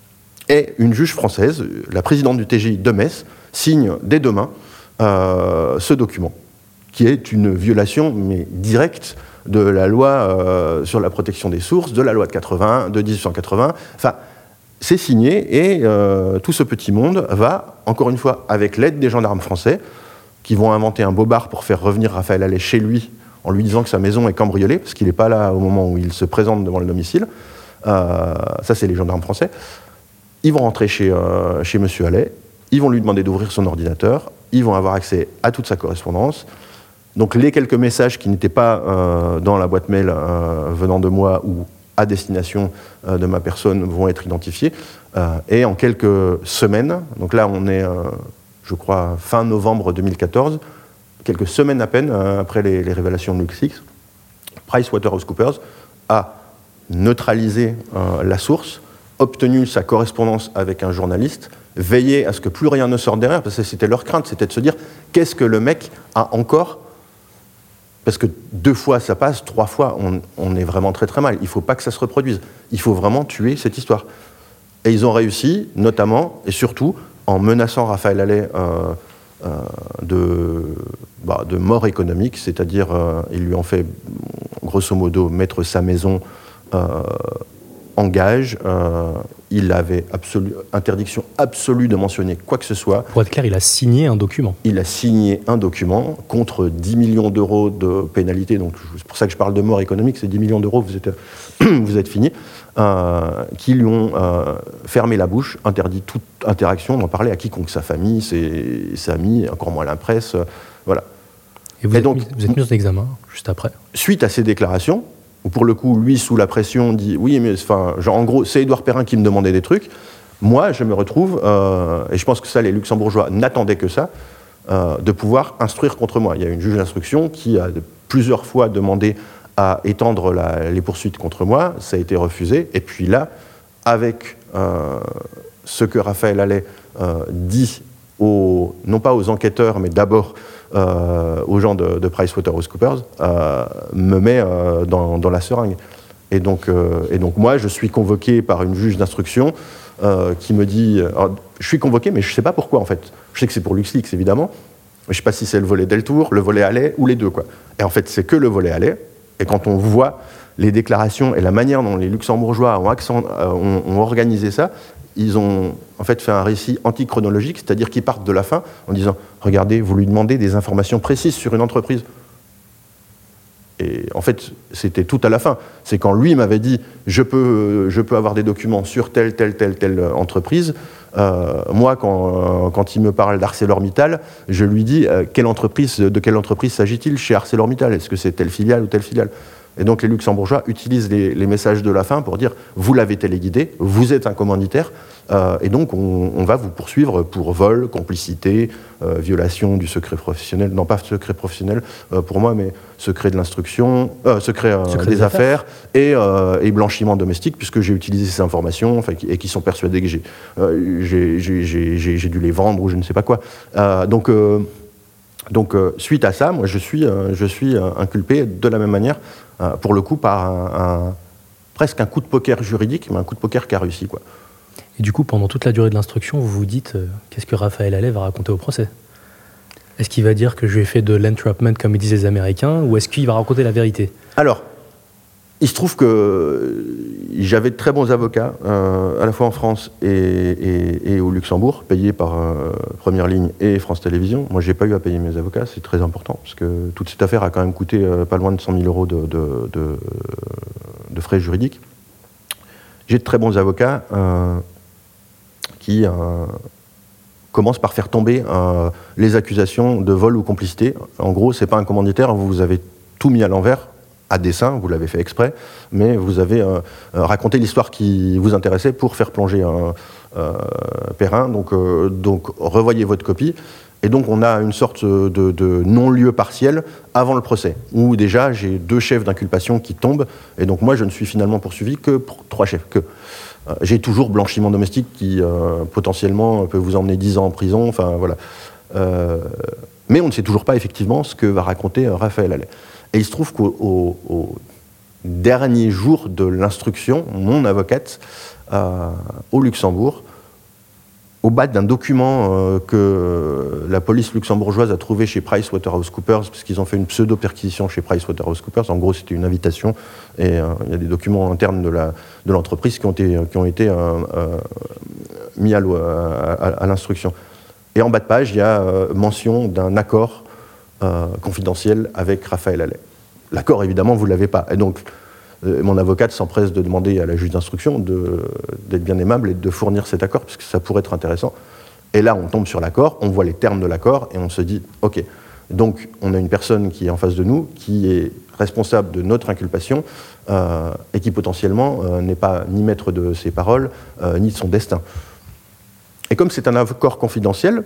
Et une juge française, la présidente du T G I de Metz, signe dès demain euh, ce document, qui est une violation mais directe de la loi euh, sur la protection des sources, de la loi de quatre-vingt-un, de dix-huit cent quatre-vingts. Enfin, c'est signé et euh, tout ce petit monde va, encore une fois, avec l'aide des gendarmes français, qui vont inventer un bobard pour faire revenir Raphaël Allais chez lui en lui disant que sa maison est cambriolée, parce qu'il n'est pas là au moment où il se présente devant le domicile. Euh, ça, c'est les gendarmes français. Ils vont rentrer chez, euh, chez M. Allais, ils vont lui demander d'ouvrir son ordinateur, ils vont avoir accès à toute sa correspondance. Donc les quelques messages qui n'étaient pas euh, dans la boîte mail euh, venant de moi ou à destination euh, de ma personne vont être identifiés. Euh, et en quelques semaines, donc là on est... Euh, je crois, fin novembre deux mille quatorze, quelques semaines à peine euh, après les, les révélations de LuxLeaks, PricewaterhouseCoopers a neutralisé euh, la source, obtenu sa correspondance avec un journaliste, veillé à ce que plus rien ne sorte derrière, parce que c'était leur crainte, c'était de se dire qu'est-ce que le mec a encore, parce que deux fois ça passe, trois fois on, on est vraiment très très mal, il ne faut pas que ça se reproduise, il faut vraiment tuer cette histoire. Et ils ont réussi, notamment et surtout, en menaçant Raphaël Allais euh, euh, de, bah, de mort économique, c'est-à-dire euh, ils lui ont fait grosso modo mettre sa maison euh, en gage, euh, il avait absolu, interdiction absolue de mentionner quoi que ce soit.
Pour être clair, il a signé un document.
Il a signé un document contre dix millions d'euros de pénalité, donc c'est pour ça que je parle de mort économique, c'est dix millions d'euros, vous êtes, vous êtes fini. Euh, qui lui ont euh, fermé la bouche, interdit toute interaction, d'en parler à quiconque, sa famille, ses, ses amis, encore moins la presse, euh, voilà.
Et vous, Et êtes donc, mis, vous êtes mis en examen juste après.
Suite à ces déclarations, où pour le coup, lui, sous la pression, dit oui, mais enfin, genre, en gros, c'est Édouard Perrin qui me demandait des trucs. Moi, je me retrouve, euh, et je pense que ça, les Luxembourgeois n'attendaient que ça, euh, de pouvoir instruire contre moi. Il y a une juge d'instruction qui a plusieurs fois demandé à étendre la, les poursuites contre moi, ça a été refusé. Et puis là, avec euh, ce que Raphaël Allais euh, dit, aux, non pas aux enquêteurs, mais d'abord euh, aux gens de, de PricewaterhouseCoopers, euh, me met euh, dans, dans la seringue. Et donc, euh, et donc moi, je suis convoqué par une juge d'instruction euh, qui me dit... Alors, je suis convoqué, mais je ne sais pas pourquoi, en fait. Je sais que c'est pour LuxLeaks, évidemment. Je ne sais pas si c'est le volet Deltour, le volet Halley ou les deux, quoi. Et en fait, c'est que le volet Halley. Et quand on voit les déclarations et la manière dont les Luxembourgeois ont, accent, euh, ont, ont organisé ça, ils ont en fait fait un récit antichronologique, c'est-à-dire qu'ils partent de la fin en disant « Regardez, vous lui demandez des informations précises sur une entreprise ». Et en fait, c'était tout à la fin. C'est quand lui m'avait dit je peux, je peux avoir des documents sur telle, telle, telle, telle entreprise. Euh, moi, quand, euh, quand il me parle d'ArcelorMittal, je lui dis euh, quelle entreprise, de quelle entreprise s'agit-il chez ArcelorMittal? Est-ce que c'est telle filiale ou telle filiale? Et donc les Luxembourgeois utilisent les, les messages de la fin pour dire vous l'avez téléguidé, vous êtes un commanditaire, euh, et donc on, on va vous poursuivre pour vol, complicité, euh, violation du secret professionnel, non pas secret professionnel euh, pour moi, mais secret de l'instruction, euh, secret, euh, secret des, des affaires, affaires et, euh, et blanchiment domestique, puisque j'ai utilisé ces informations enfin, et qui sont persuadés que j'ai, euh, j'ai, j'ai, j'ai, j'ai dû les vendre ou je ne sais pas quoi. Euh, donc euh, donc euh, suite à ça, moi je suis, euh, je suis euh, inculpé de la même manière, euh, pour le coup par un, un, presque un coup de poker juridique, mais un coup de poker qui a réussi, quoi.
Et du coup, pendant toute la durée de l'instruction, vous vous dites euh, qu'est-ce que Raphaël Halley va raconter au procès? Est-ce qu'il va dire que je lui ai fait de l'entrapment comme ils disent les Américains, ou est-ce qu'il va raconter la vérité?
Alors, il se trouve que j'avais de très bons avocats, euh, à la fois en France et, et, et au Luxembourg, payés par euh, Première Ligne et France Télévisions. Moi, je n'ai pas eu à payer mes avocats, c'est très important, parce que toute cette affaire a quand même coûté euh, pas loin de cent mille euros de, de, de, de frais juridiques. J'ai de très bons avocats euh, qui euh, commencent par faire tomber euh, les accusations de vol ou complicité. En gros, c'est pas un commanditaire, vous avez tout mis à l'envers, à dessein, vous l'avez fait exprès, mais vous avez euh, raconté l'histoire qui vous intéressait pour faire plonger un euh, Perrin. Donc, euh, donc, revoyez votre copie. Et donc, on a une sorte de, de non-lieu partiel avant le procès, où déjà, j'ai deux chefs d'inculpation qui tombent. Et donc, moi, je ne suis finalement poursuivi que pour trois chefs. Que. Euh, j'ai toujours blanchiment domestique qui, euh, potentiellement, peut vous emmener dix ans en prison. Enfin, voilà. Euh, mais on ne sait toujours pas, effectivement, ce que va raconter euh, Raphaël Halley. Et il se trouve qu'au au, au dernier jour de l'instruction, mon avocate, euh, au Luxembourg, au bas d'un document euh, que la police luxembourgeoise a trouvé chez PricewaterhouseCoopers, parce qu'ils ont fait une pseudo-perquisition chez PricewaterhouseCoopers, en gros c'était une invitation, et euh, il y a des documents internes de, la, de l'entreprise qui ont été, qui ont été euh, euh, mis à, à, à, à l'instruction. Et en bas de page, il y a euh, mention d'un accord Euh, confidentiel avec Raphaël Halley. L'accord, évidemment, vous ne l'avez pas. Et donc, euh, mon avocate s'empresse de demander à la juge d'instruction de, d'être bien aimable et de fournir cet accord, parce que ça pourrait être intéressant. Et là, on tombe sur l'accord, on voit les termes de l'accord, et on se dit, OK, donc on a une personne qui est en face de nous, qui est responsable de notre inculpation, euh, et qui potentiellement euh, n'est pas ni maître de ses paroles, euh, ni de son destin. Et comme c'est un accord confidentiel,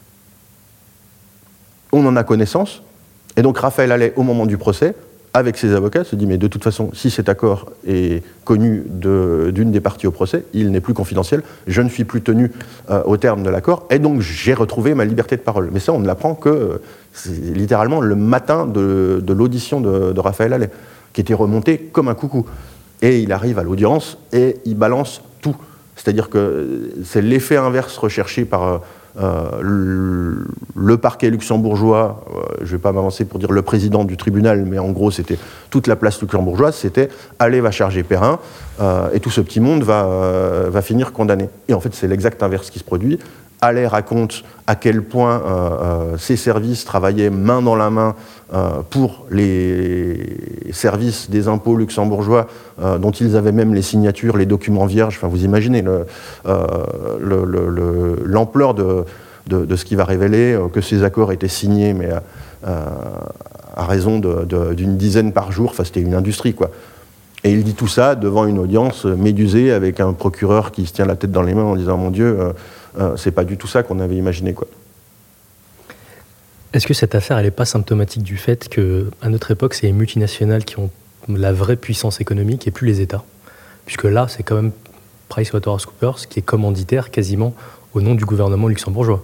on en a connaissance, et donc Raphaël Halley, au moment du procès, avec ses avocats, se dit, mais de toute façon, si cet accord est connu de, d'une des parties au procès, il n'est plus confidentiel, je ne suis plus tenu euh, au terme de l'accord, et donc j'ai retrouvé ma liberté de parole. Mais ça, on ne l'apprend que, c'est littéralement, le matin de, de l'audition de, de Raphaël Halley, qui était remonté comme un coucou. Et il arrive à l'audience, et il balance tout. C'est-à-dire que c'est l'effet inverse recherché par... Euh, le, le parquet luxembourgeois, euh, je ne vais pas m'avancer pour dire le président du tribunal, mais en gros c'était toute la place luxembourgeoise, c'était Halley va charger Perrin euh, et tout ce petit monde va, euh, va finir condamné. Et en fait c'est l'exact inverse qui se produit. Halley raconte à quel point euh, euh, ses services travaillaient main dans la main euh, pour les services des impôts luxembourgeois, euh, dont ils avaient même les signatures, les documents vierges. Enfin, vous imaginez le, euh, le, le, le, l'ampleur de, de, de ce qui va révéler, euh, que ces accords étaient signés, mais euh, à raison de, de, d'une dizaine par jour. Enfin, c'était une industrie, quoi. Et il dit tout ça devant une audience médusée, avec un procureur qui se tient la tête dans les mains en disant « Mon Dieu, euh, euh, c'est pas du tout ça qu'on avait imaginé, quoi. »
Est-ce que cette affaire, elle n'est pas symptomatique du fait qu'à notre époque, c'est les multinationales qui ont la vraie puissance économique et plus les États? Puisque là, c'est quand même PricewaterhouseCoopers qui est commanditaire quasiment au nom du gouvernement luxembourgeois.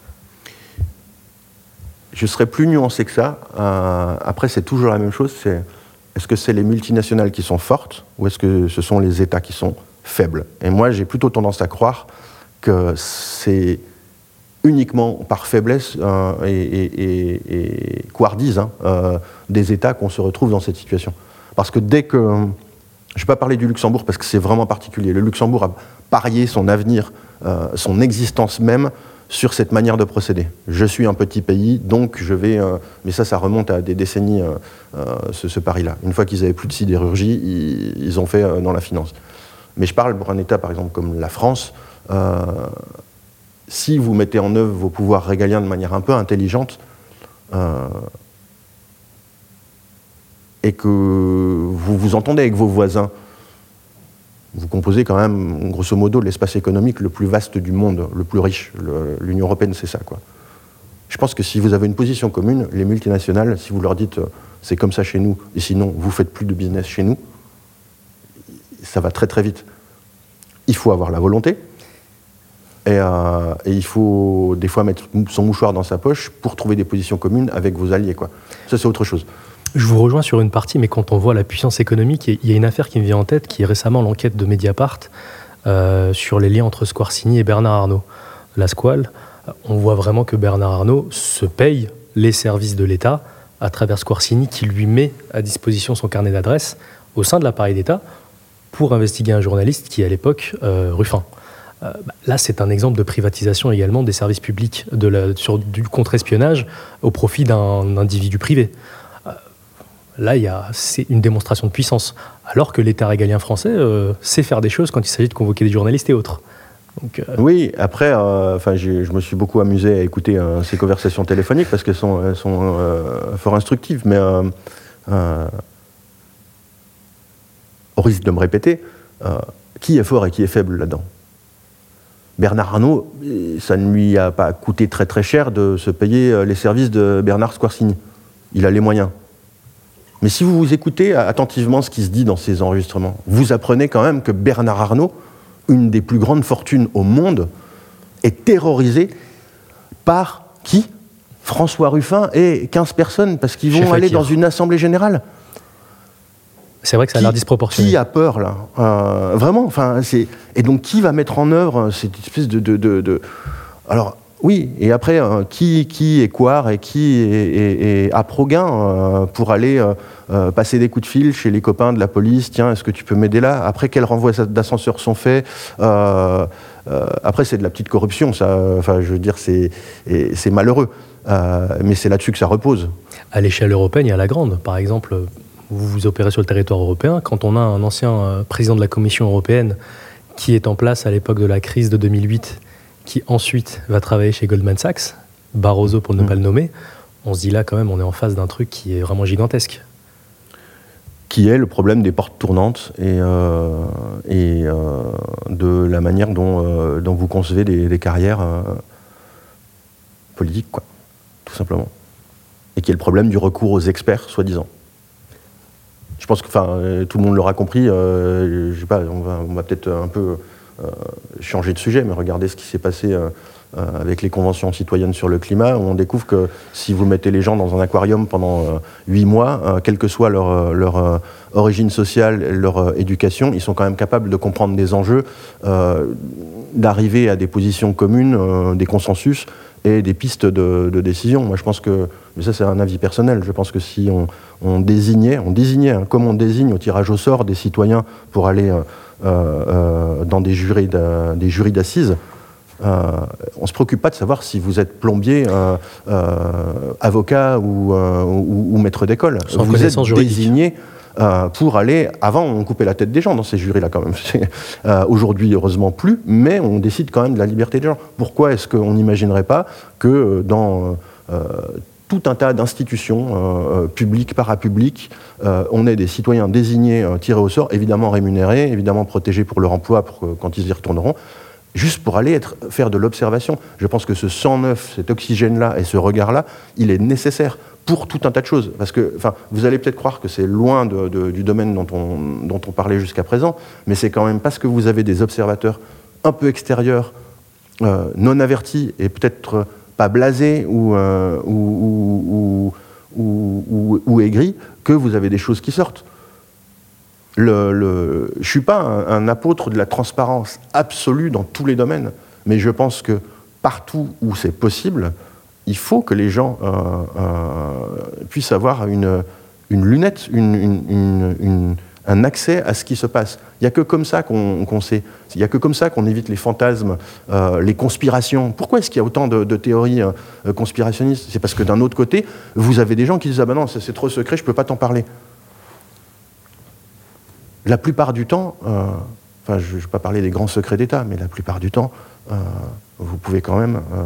Je serais plus nuancé que ça. Euh, après, c'est toujours la même chose, c'est... Est-ce que c'est les multinationales qui sont fortes ou est-ce que ce sont les États qui sont faibles? Et moi, j'ai plutôt tendance à croire que c'est uniquement par faiblesse euh, et, et, et, et couardise hein, euh, des États qu'on se retrouve dans cette situation. Parce que dès que... Je ne vais pas parler du Luxembourg parce que c'est vraiment particulier. Le Luxembourg a parié son avenir, euh, son existence même sur cette manière de procéder. Je suis un petit pays, donc je vais... Euh, mais ça, ça remonte à des décennies, euh, euh, ce, ce pari-là. Une fois qu'ils n'avaient plus de sidérurgie, ils, ils ont fait euh, dans la finance. Mais je parle pour un État, par exemple, comme la France. Euh, si vous mettez en œuvre vos pouvoirs régaliens de manière un peu intelligente, euh, et que vous vous entendez avec vos voisins, vous composez quand même, grosso modo, l'espace économique le plus vaste du monde, le plus riche. Le, L'Union européenne, c'est ça, quoi. Je pense que si vous avez une position commune, les multinationales, si vous leur dites euh, c'est comme ça chez nous, et sinon vous faites plus de business chez nous, ça va très très vite. Il faut avoir la volonté, et, euh, et il faut des fois mettre son mouchoir dans sa poche pour trouver des positions communes avec vos alliés, quoi. Ça, c'est autre chose.
Je vous rejoins sur une partie, mais quand on voit la puissance économique, il y a une affaire qui me vient en tête, qui est récemment l'enquête de Mediapart euh, sur les liens entre Squarcini et Bernard Arnault. La Squale, on voit vraiment que Bernard Arnault se paye les services de l'État à travers Squarcini, qui lui met à disposition son carnet d'adresses au sein de l'appareil d'État pour investiguer un journaliste qui est à l'époque euh, Ruffin. Euh, bah, là, c'est un exemple de privatisation également des services publics de la, sur du contre-espionnage au profit d'un individu privé. Là, il y a, c'est une démonstration de puissance. Alors que l'État régalien français euh, sait faire des choses quand il s'agit de convoquer des journalistes et autres. Donc, euh...
Oui, après, euh, je me suis beaucoup amusé à écouter euh, ces conversations téléphoniques parce qu'elles sont, elles sont euh, fort instructives. Mais euh, euh, au risque de me répéter, euh, qui est fort et qui est faible là-dedans ? Bernard Arnault, ça ne lui a pas coûté très très cher de se payer les services de Bernard Squarcini. Il a les moyens. Mais si vous vous écoutez attentivement ce qui se dit dans ces enregistrements, vous apprenez quand même que Bernard Arnault, une des plus grandes fortunes au monde, est terrorisé par qui ? François Ruffin et quinze personnes, parce qu'ils vont Chef aller Akir. Dans une assemblée générale.
C'est vrai que ça a l'air disproportionné.
Qui a peur, là euh, Vraiment, enfin, c'est... Et donc, qui va mettre en œuvre cette espèce de... de, de, de... Alors... Oui, et après, euh, qui, qui est couard et qui est, est, est à Proguin euh, pour aller euh, euh, passer des coups de fil chez les copains de la police. Tiens, est-ce que tu peux m'aider là ? Après, quels renvois d'ascenseurs sont faits ? euh, euh, Après, c'est de la petite corruption, ça. Enfin, je veux dire, c'est, c'est malheureux. Euh, mais c'est là-dessus que ça repose.
À l'échelle européenne et à la grande, par exemple, vous vous opérez sur le territoire européen. Quand on a un ancien président de la Commission européenne qui est en place à l'époque de la crise de deux mille huit, qui ensuite va travailler chez Goldman Sachs, Barroso pour ne mmh. pas le nommer, on se dit là quand même on est en face d'un truc qui est vraiment gigantesque.
Qui est le problème des portes tournantes et, euh, et euh, de la manière dont, euh, dont vous concevez des, des carrières euh, politiques, quoi, tout simplement. Et qui est le problème du recours aux experts, soi-disant. Je pense que euh, tout le monde l'aura compris, euh, je sais pas, on va, on va peut-être un peu... Euh, changer de sujet, mais regardez ce qui s'est passé euh, euh, avec les conventions citoyennes sur le climat, où on découvre que si vous mettez les gens dans un aquarium pendant huit euh, mois, euh, quelle que soit leur, leur euh, origine sociale, leur euh, éducation, ils sont quand même capables de comprendre des enjeux, euh, d'arriver à des positions communes, euh, des consensus et des pistes de, de décision. Moi, je pense que, mais ça c'est un avis personnel, je pense que si on, on désignait, on désignait hein, comme on désigne au tirage au sort des citoyens pour aller euh, Euh, euh, dans des jurys, des jurys d'assises, euh, on ne se préoccupe pas de savoir si vous êtes plombier, euh, euh, avocat ou, euh, ou, ou maître d'école. Vous êtes désigné euh, pour aller... Avant, on coupait la tête des gens dans ces jurys-là quand même. euh, Aujourd'hui, heureusement plus, mais on décide quand même de la liberté des gens. Pourquoi est-ce qu'on n'imaginerait pas que dans... Euh, tout un tas d'institutions euh, publiques, parapubliques, euh, on est des citoyens désignés, euh, tirés au sort, évidemment rémunérés, évidemment protégés pour leur emploi pour, euh, quand ils y retourneront, juste pour aller être, faire de l'observation. Je pense que ce sang neuf, cet oxygène-là et ce regard-là, il est nécessaire pour tout un tas de choses. Parce que, enfin, vous allez peut-être croire que c'est loin de, de, du domaine dont on, dont on parlait jusqu'à présent, mais c'est quand même parce que vous avez des observateurs un peu extérieurs, euh, non avertis et peut-être... pas blasé ou, euh, ou, ou, ou, ou, ou aigri, que vous avez des choses qui sortent. Le, le, je ne suis pas un, un apôtre de la transparence absolue dans tous les domaines, mais je pense que partout où c'est possible, il faut que les gens euh, euh, puissent avoir une, une lunette, une, une, une, une, un accès à ce qui se passe. Il n'y a que comme ça qu'on, qu'on sait. Il n'y a que comme ça qu'on évite les fantasmes, euh, les conspirations. Pourquoi est-ce qu'il y a autant de, de théories euh, conspirationnistes? C'est parce que d'un autre côté, vous avez des gens qui disent « Ah ben non, c'est, c'est trop secret, je ne peux pas t'en parler ». La plupart du temps, euh, enfin je ne vais pas parler des grands secrets d'État, mais la plupart du temps, euh, vous pouvez quand même euh,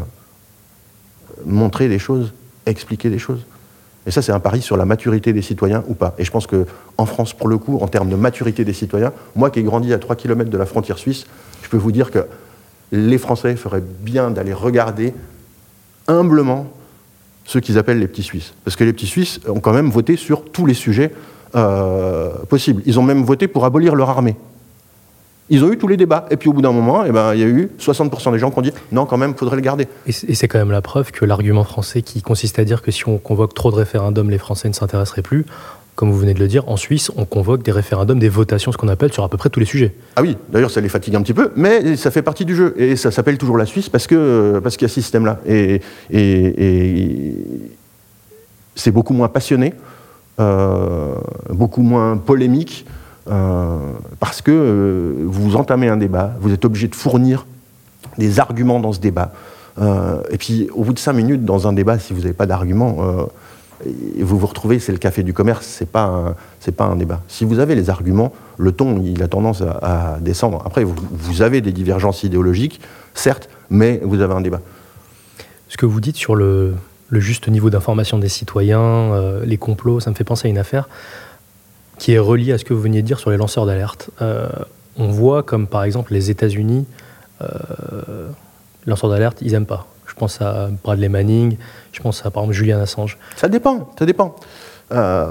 montrer des choses, expliquer des choses. Et ça, c'est un pari sur la maturité des citoyens ou pas. Et je pense qu'en France, pour le coup, en termes de maturité des citoyens, moi qui ai grandi à trois kilomètres de la frontière suisse, je peux vous dire que les Français feraient bien d'aller regarder humblement ceux qu'ils appellent les petits Suisses. Parce que les petits Suisses ont quand même voté sur tous les sujets euh, possibles. Ils ont même voté pour abolir leur armée. Ils ont eu tous les débats. Et puis au bout d'un moment, eh ben, il y a eu soixante pour cent des gens qui ont dit « Non, quand même, il faudrait le garder ».
Et c'est quand même la preuve que l'argument français qui consiste à dire que si on convoque trop de référendums, les Français ne s'intéresseraient plus, comme vous venez de le dire, en Suisse, on convoque des référendums, des votations, ce qu'on appelle, sur à peu près tous les sujets.
Ah oui, d'ailleurs, ça les fatigue un petit peu, mais ça fait partie du jeu. Et ça s'appelle toujours la Suisse parce, que, parce qu'il y a ce système-là. Et, et, et c'est beaucoup moins passionné, euh, beaucoup moins polémique, Euh, parce que euh, vous entamez un débat, vous êtes obligé de fournir des arguments dans ce débat. Euh, et puis, au bout de cinq minutes, dans un débat, si vous n'avez pas d'arguments, euh, vous vous retrouvez, c'est le café du commerce, c'est pas un, c'est pas un débat. Si vous avez les arguments, le ton, il a tendance à, à descendre. Après, vous, vous avez des divergences idéologiques, certes, mais vous avez un débat.
Ce que vous dites sur le, le juste niveau d'information des citoyens, euh, les complots, ça me fait penser à une affaire qui est relié à ce que vous veniez de dire sur les lanceurs d'alerte. Euh, on voit comme par exemple les États-Unis, euh, les lanceurs d'alerte, ils n'aiment pas. Je pense à Bradley Manning, je pense à par exemple Julian Assange.
Ça dépend, ça dépend. Euh,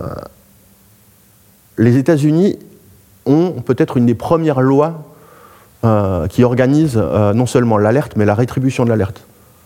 les États-Unis ont peut-être une des premières lois euh, qui organise euh, non seulement l'alerte, mais la rétribution de l'alerte.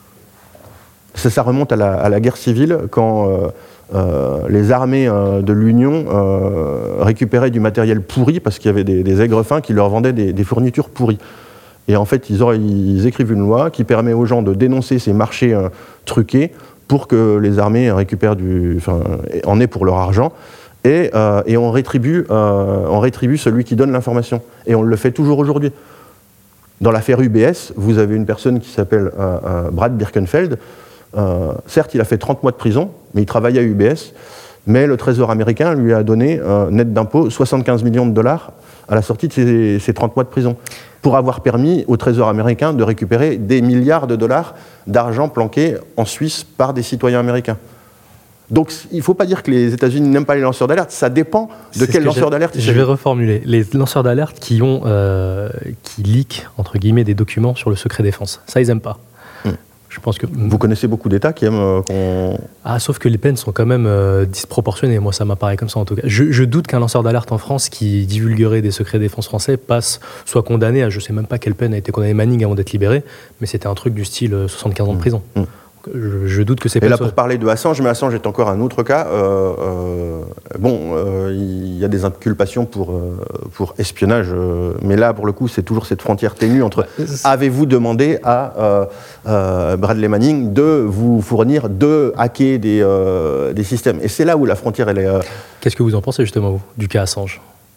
Ça, ça remonte à la, à la guerre civile, quand euh, Euh, les armées euh, de l'Union euh, récupéraient du matériel pourri parce qu'il y avait des, des aigres-fins qui leur vendaient des, des fournitures pourries. Et en fait, ils, auraient, ils écrivent une loi qui permet aux gens de dénoncer ces marchés euh, truqués pour que les armées récupèrent du, enfin, en aient pour leur argent. Et, euh, et on, rétribue, euh, on rétribue celui qui donne l'information. Et on le fait toujours aujourd'hui. Dans l'affaire U B S, vous avez une personne qui s'appelle euh, euh, Brad Birkenfeld. Euh, certes, il a fait trente mois de prison, mais il travaillait à U B S, mais le Trésor américain lui a donné, euh, net d'impôts, soixante-quinze millions de dollars à la sortie de ses, ses trente mois de prison, pour avoir permis au Trésor américain de récupérer des milliards de dollars d'argent planqué en Suisse par des citoyens américains. Donc il ne faut pas dire que les États-Unis n'aiment pas les lanceurs d'alerte, ça dépend de quel lanceur d'alerte il s'agit.
Je vais reformuler. Les lanceurs d'alerte qui, ont, euh, qui leak, entre guillemets, des documents sur le secret défense, ça, ils n'aiment pas. Je pense que...
Vous connaissez beaucoup d'États qui aiment euh, qu'on...
Ah, sauf que les peines sont quand même euh, disproportionnées. Moi, ça m'apparaît comme ça, en tout cas. Je, je doute qu'un lanceur d'alerte en France qui divulguerait des secrets de défense français passe, soit condamné à... Je ne sais même pas quelle peine a été condamné Manning avant d'être libéré, mais c'était un truc du style soixante-quinze ans de prison. Mmh. Je, je doute que c'est pas...
Et là, pour parler de Assange, mais Assange est encore un autre cas. Euh, euh, bon, euh, il y a des inculpations pour, euh, pour espionnage, euh, mais là, pour le coup, c'est toujours cette frontière ténue entre avez-vous demandé à euh, euh, Bradley Manning de vous fournir, de hacker des, euh, des systèmes. Et c'est là où la frontière, elle est... Euh...
Qu'est-ce que vous en pensez, justement, vous, du cas Assange?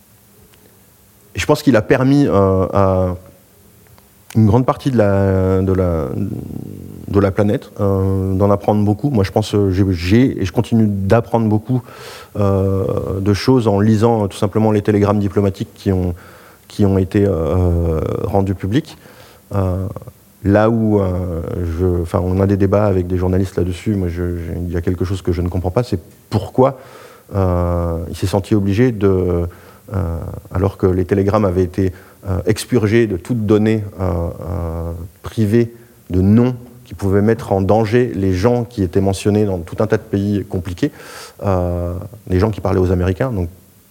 Je pense qu'il a permis euh, à une grande partie de la... De la de la planète, euh, d'en apprendre beaucoup. Moi, je pense que j'ai, j'ai et je continue d'apprendre beaucoup euh, de choses en lisant euh, tout simplement les télégrammes diplomatiques qui ont, qui ont été euh, rendus publics. Euh, là où euh, je, enfin, on a des débats avec des journalistes là-dessus, moi, je, je, il y a quelque chose que je ne comprends pas, c'est pourquoi euh, il s'est senti obligé de, euh, alors que les télégrammes avaient été euh, expurgés de toute donnée euh, euh, privée, de noms qui pouvaient mettre en danger les gens qui étaient mentionnés dans tout un tas de pays compliqués, euh, les gens qui parlaient aux Américains. Donc,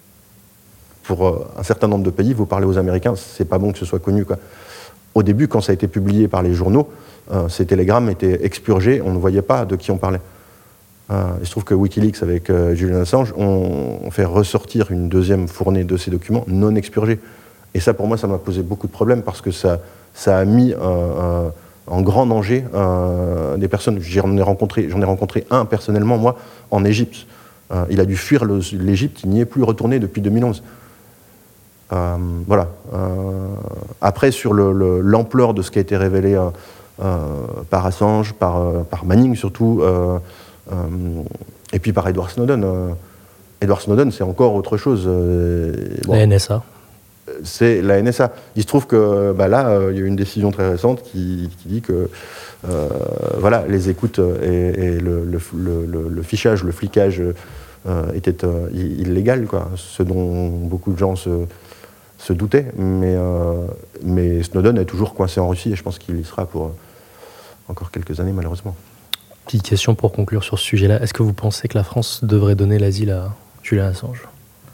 pour euh, un certain nombre de pays, vous parlez aux Américains, c'est pas bon que ce soit connu, quoi. Au début, quand ça a été publié par les journaux, euh, ces télégrammes étaient expurgés, on ne voyait pas de qui on parlait. Euh, il se trouve que Wikileaks, avec euh, Julian Assange, ont on fait ressortir une deuxième fournée de ces documents non expurgés. Et ça, pour moi, ça m'a posé beaucoup de problèmes parce que ça, ça a mis... Euh, euh, en grand danger euh, des personnes. J'en ai rencontré, j'en ai rencontré un personnellement, moi, en Égypte. Euh, il a dû fuir l'Égypte, il n'y est plus retourné depuis deux mille onze. Euh, voilà. Euh, après, sur l'ampleur le, le, de ce qui a été révélé euh, euh, par Assange, par, euh, par Manning surtout, euh, euh, et puis par Edward Snowden. Euh, Edward Snowden, c'est encore autre chose. Euh,
bon, la N S A.
C'est la N S A. Il se trouve que bah là, euh, il y a eu une décision très récente qui, qui dit que euh, voilà, les écoutes et, et le, le, le, le fichage, le flicage euh, étaient euh, illégal, quoi. Ce dont beaucoup de gens se, se doutaient. Mais, euh, mais Snowden est toujours coincé en Russie et je pense qu'il y sera pour encore quelques années, malheureusement.
Petite question pour conclure sur ce sujet-là. Est-ce que vous pensez que la France devrait donner l'asile à Julian Assange ?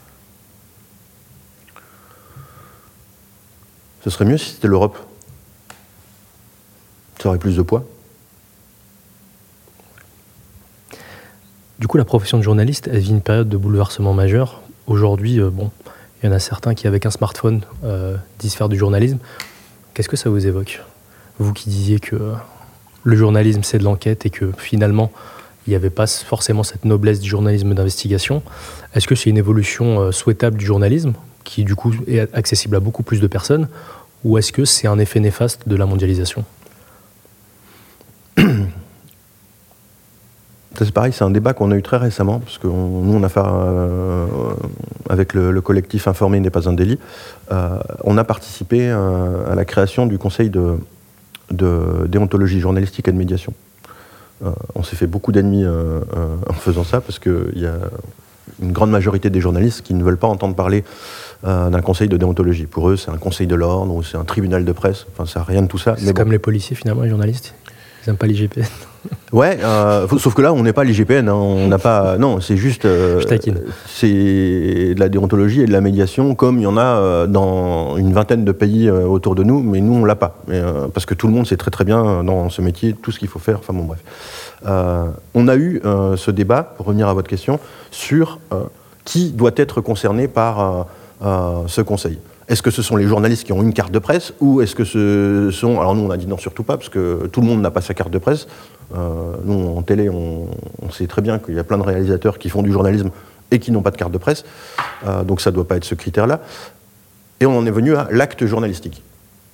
Ce serait mieux si c'était l'Europe. Ça aurait plus de poids.
Du coup, la profession de journaliste, elle vit une période de bouleversement majeur. Aujourd'hui, euh, bon, il y en a certains qui, avec un smartphone, euh, disent faire du journalisme. Qu'est-ce que ça vous évoque ? Vous qui disiez que euh, le journalisme, c'est de l'enquête et que finalement, il n'y avait pas forcément cette noblesse du journalisme d'investigation. Est-ce que c'est une évolution euh, souhaitable du journalisme, qui du coup est accessible à beaucoup plus de personnes, ou est-ce que c'est un effet néfaste de la mondialisation ?
C'est pareil, c'est un débat qu'on a eu très récemment, parce que on, nous on a fait, euh, avec le, le collectif Informer n'est pas un délit, euh, on a participé euh, à la création du conseil de, de déontologie journalistique et de médiation. Euh, on s'est fait beaucoup d'ennemis euh, euh, en faisant ça, parce qu'il y a une grande majorité des journalistes qui ne veulent pas entendre parler euh, d'un conseil de déontologie. Pour eux, c'est un conseil de l'ordre ou c'est un tribunal de presse. Enfin, ça n'a rien de tout ça.
C'est comme bon. Les policiers, finalement, les journalistes. Ils n'aiment pas l'I G P N.
Ouais, euh, sauf que là, on n'est pas l'I G P N. Hein, on n'a pas. Non, c'est juste. Euh,
Je taquine.
C'est de la déontologie et de la médiation, comme il y en a euh, dans une vingtaine de pays euh, autour de nous, mais nous, on l'a pas. Mais, euh, parce que tout le monde sait très très bien dans ce métier tout ce qu'il faut faire. Enfin bon, bref. Euh, on a eu euh, ce débat, pour revenir à votre question, sur euh, qui doit être concerné par euh, euh, ce conseil. Est-ce que ce sont les journalistes qui ont une carte de presse ou est-ce que ce sont... Alors nous, on a dit non, surtout pas, parce que tout le monde n'a pas sa carte de presse. Euh, nous, en télé, on, on sait très bien qu'il y a plein de réalisateurs qui font du journalisme et qui n'ont pas de carte de presse. Euh, donc ça ne doit pas être ce critère-là. Et on en est venu à l'acte journalistique.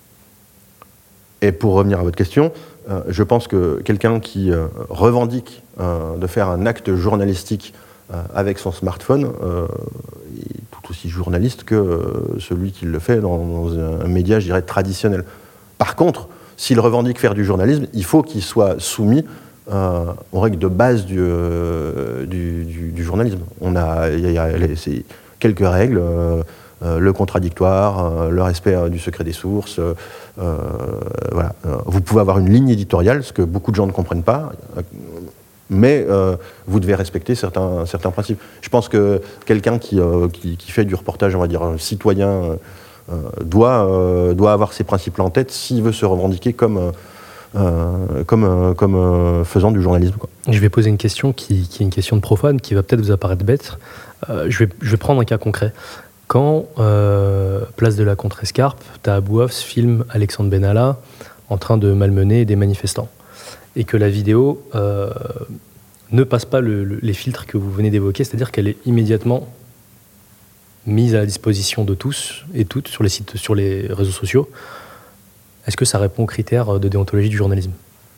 Et pour revenir à votre question, euh, je pense que quelqu'un qui euh, revendique euh, de faire un acte journalistique euh, avec son smartphone euh, est tout aussi journaliste que euh, celui qui le fait dans, dans un, un média, je dirais, traditionnel. Par contre, s'il revendique faire du journalisme, il faut qu'il soit soumis euh, aux règles de base du, euh, du, du, du journalisme. On a, il y a les, c'est quelques règles. Euh, Euh, le contradictoire, euh, le respect euh, du secret des sources. Euh, euh, voilà. Euh, vous pouvez avoir une ligne éditoriale, ce que beaucoup de gens ne comprennent pas, euh, mais euh, vous devez respecter certains, certains principes. Je pense que quelqu'un qui, euh, qui, qui fait du reportage, on va dire, un citoyen, euh, doit, euh, doit avoir ces principes-là en tête s'il veut se revendiquer comme, euh, comme, euh, comme euh, faisant du journalisme, quoi.
Je vais poser une question qui, qui est une question de profane, qui va peut-être vous apparaître bête. Euh, je, vais, je vais prendre un cas concret. Quand, euh, place de la Contrescarpe, Tahabou Hafs filme Alexandre Benalla en train de malmener des manifestants, et que la vidéo euh, ne passe pas le, le, les filtres que vous venez d'évoquer, c'est-à-dire qu'elle est immédiatement mise à la disposition de tous et toutes sur les sites, sur les réseaux sociaux, est-ce que ça répond aux critères de déontologie du journalisme ?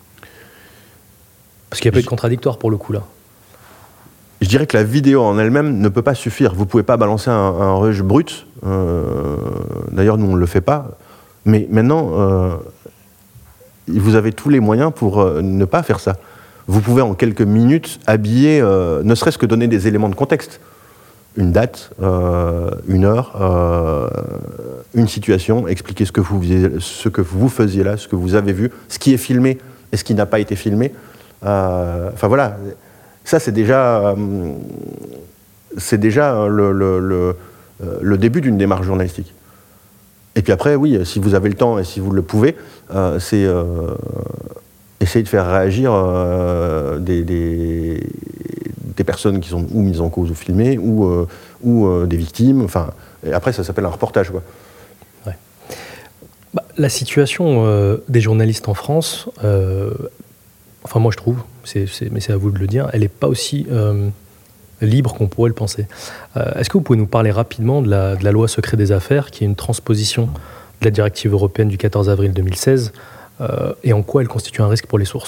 Parce qu'il n'y a pas eu de contradictoire pour le coup là.
Je dirais que la vidéo en elle-même ne peut pas suffire. Vous ne pouvez pas balancer un, un rush brut. Euh, d'ailleurs, nous, on ne le fait pas. Mais maintenant, euh, vous avez tous les moyens pour euh, ne pas faire ça. Vous pouvez, en quelques minutes, habiller, euh, ne serait-ce que donner des éléments de contexte. Une date, euh, une heure, euh, une situation, expliquer ce que, vous faisiez, ce que vous faisiez là, ce que vous avez vu, ce qui est filmé et ce qui n'a pas été filmé. Euh, enfin, voilà. Ça, c'est déjà, euh, c'est déjà le, le, le, le début d'une démarche journalistique. Et puis après, oui, si vous avez le temps et si vous le pouvez, euh, c'est euh, essayer de faire réagir euh, des, des, des personnes qui sont ou mises en cause ou filmées, ou, euh, ou euh, des victimes. Enfin, et après, ça s'appelle un reportage, quoi.
Ouais. Bah, la situation euh, des journalistes en France, euh, enfin moi je trouve, c'est, c'est, mais c'est à vous de le dire, elle n'est pas aussi euh, libre qu'on pourrait le penser. Euh, est-ce que vous pouvez nous parler rapidement de la, de la loi secret des affaires, qui est une transposition de la directive européenne du quatorze avril deux mille seize, euh, et en quoi elle constitue un risque pour les sources ?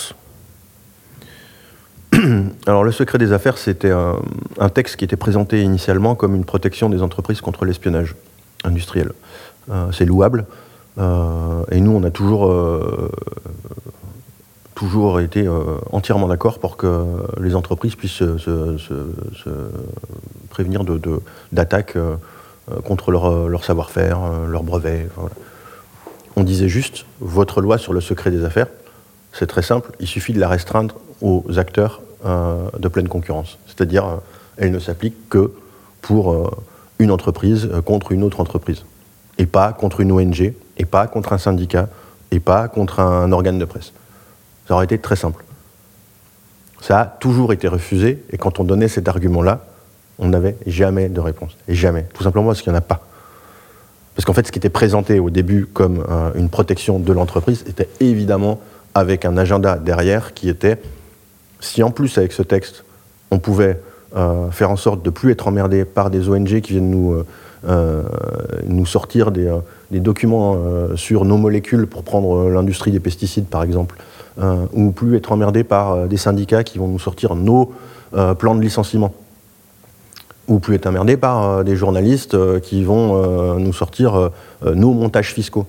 Alors le secret des affaires, c'était un, un texte qui était présenté initialement comme une protection des entreprises contre l'espionnage industriel. Euh, c'est louable, euh, et nous on a toujours, euh, toujours été euh, entièrement d'accord pour que les entreprises puissent se, se, se, se prévenir de, de, d'attaques euh, contre leur, leur savoir-faire, leur brevet. Voilà. On disait juste, votre loi sur le secret des affaires, c'est très simple, il suffit de la restreindre aux acteurs euh, de pleine concurrence. C'est-à-dire, euh, elle ne s'applique que pour euh, une entreprise euh, contre une autre entreprise. Et pas contre une O N G, et pas contre un syndicat, et pas contre un organe de presse. Ça aurait été très simple. Ça a toujours été refusé, et quand on donnait cet argument-là, on n'avait jamais de réponse. Et jamais. Tout simplement parce qu'il n'y en a pas. Parce qu'en fait, ce qui était présenté au début comme euh, une protection de l'entreprise était évidemment avec un agenda derrière qui était, si en plus avec ce texte, on pouvait euh, faire en sorte de ne plus être emmerdé par des O N G qui viennent nous, euh, nous sortir des, euh, des documents euh, sur nos molécules pour prendre l'industrie des pesticides par exemple, euh, ou plus être emmerdé par euh, des syndicats qui vont nous sortir nos euh, plans de licenciement, ou plus être emmerdé par euh, des journalistes euh, qui vont euh, nous sortir euh, nos montages fiscaux.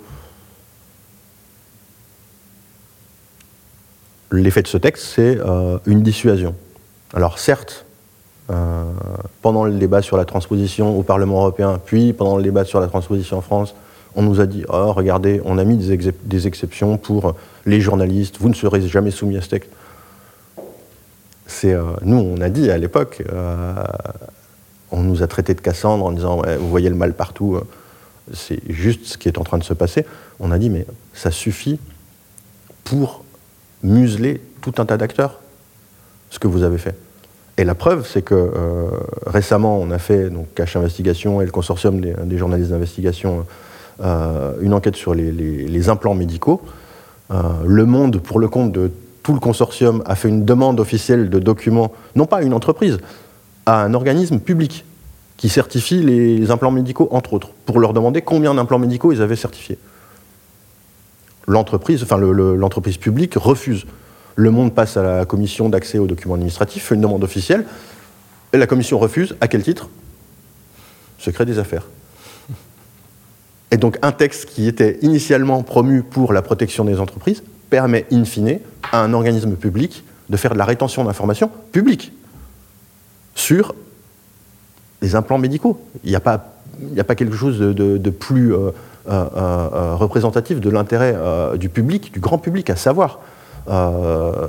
L'effet de ce texte, c'est euh, une dissuasion. Alors certes, euh, pendant le débat sur la transposition au Parlement européen, puis pendant le débat sur la transposition en France, on nous a dit « Oh, regardez, on a mis des, ex- des exceptions pour les journalistes, vous ne serez jamais soumis à ce texte. » C'est, euh, nous, on a dit à l'époque, euh, on nous a traité de Cassandre en disant ouais, « Vous voyez le mal partout, c'est juste ce qui est en train de se passer. » On a dit « Mais ça suffit pour museler tout un tas d'acteurs, ce que vous avez fait. » Et la preuve, c'est que euh, récemment, on a fait, donc Cache Investigation et le consortium des, des journalistes d'investigation, euh, une enquête sur les, les, les implants médicaux. Euh, le Monde, pour le compte de tout le consortium, a fait une demande officielle de documents, non pas à une entreprise, à un organisme public qui certifie les, les implants médicaux, entre autres, pour leur demander combien d'implants médicaux ils avaient certifiés. L'entreprise, enfin le, le, l'entreprise publique refuse. Le Monde passe à la commission d'accès aux documents administratifs, fait une demande officielle, et la commission refuse. À quel titre ? Secret des affaires. Et donc un texte qui était initialement promu pour la protection des entreprises permet in fine à un organisme public de faire de la rétention d'informations publiques sur les implants médicaux. Il n'y a pas, il n'y a pas quelque chose de, de, de plus euh, euh, euh, représentatif de l'intérêt euh, du public, du grand public, à savoir, euh,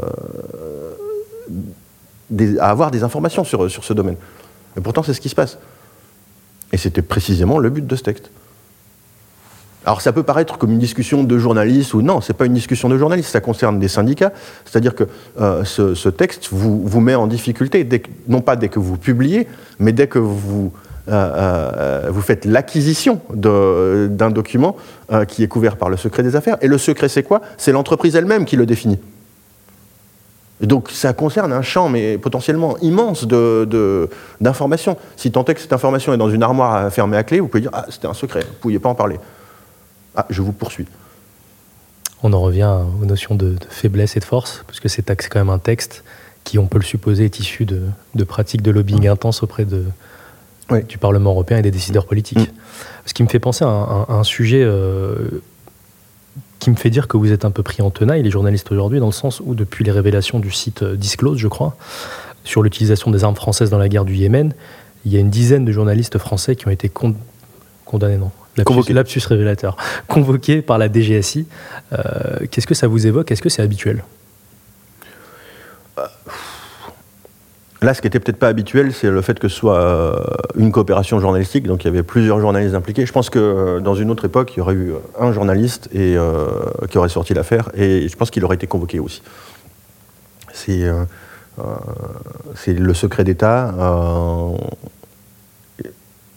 des, à avoir des informations sur, sur ce domaine. Et pourtant, c'est ce qui se passe. Et c'était précisément le but de ce texte. Alors ça peut paraître comme une discussion de journalistes, ou non, c'est pas une discussion de journalistes, ça concerne des syndicats, c'est-à-dire que euh, ce, ce texte vous, vous met en difficulté, dès que, non pas dès que vous publiez, mais dès que vous, euh, euh, vous faites l'acquisition de, d'un document euh, qui est couvert par le secret des affaires. Et le secret, c'est quoi ? C'est l'entreprise elle-même qui le définit. Et donc ça concerne un champ, mais potentiellement immense, de, de, d'informations. Si tant est que cette information est dans une armoire fermée à clé, vous pouvez dire « Ah, c'était un secret, vous ne pouviez pas en parler ». Ah, je vous poursuis.
On en revient aux notions de, de faiblesse et de force, parce que c'est, c'est quand même un texte qui, on peut le supposer, est issu de, de pratiques de lobbying intense auprès de, oui. du Parlement européen et des décideurs politiques. Mm. Ce qui me fait penser à un, à un sujet euh, qui me fait dire que vous êtes un peu pris en tenaille, les journalistes aujourd'hui, dans le sens où, depuis les révélations du site Disclose, je crois, sur l'utilisation des armes françaises dans la guerre du Yémen, il y a une dizaine de journalistes français qui ont été con- condamnés, non Lapsus, lapsus révélateur, convoqué par la D G S I. Euh, qu'est-ce que ça vous évoque ? Est-ce que c'est habituel ?
Là, ce qui n'était peut-être pas habituel, c'est le fait que ce soit une coopération journalistique, donc il y avait plusieurs journalistes impliqués. Je pense que dans une autre époque, il y aurait eu un journaliste et, euh, qui aurait sorti l'affaire, et je pense qu'il aurait été convoqué aussi. C'est, euh, c'est le secret d'État. Euh,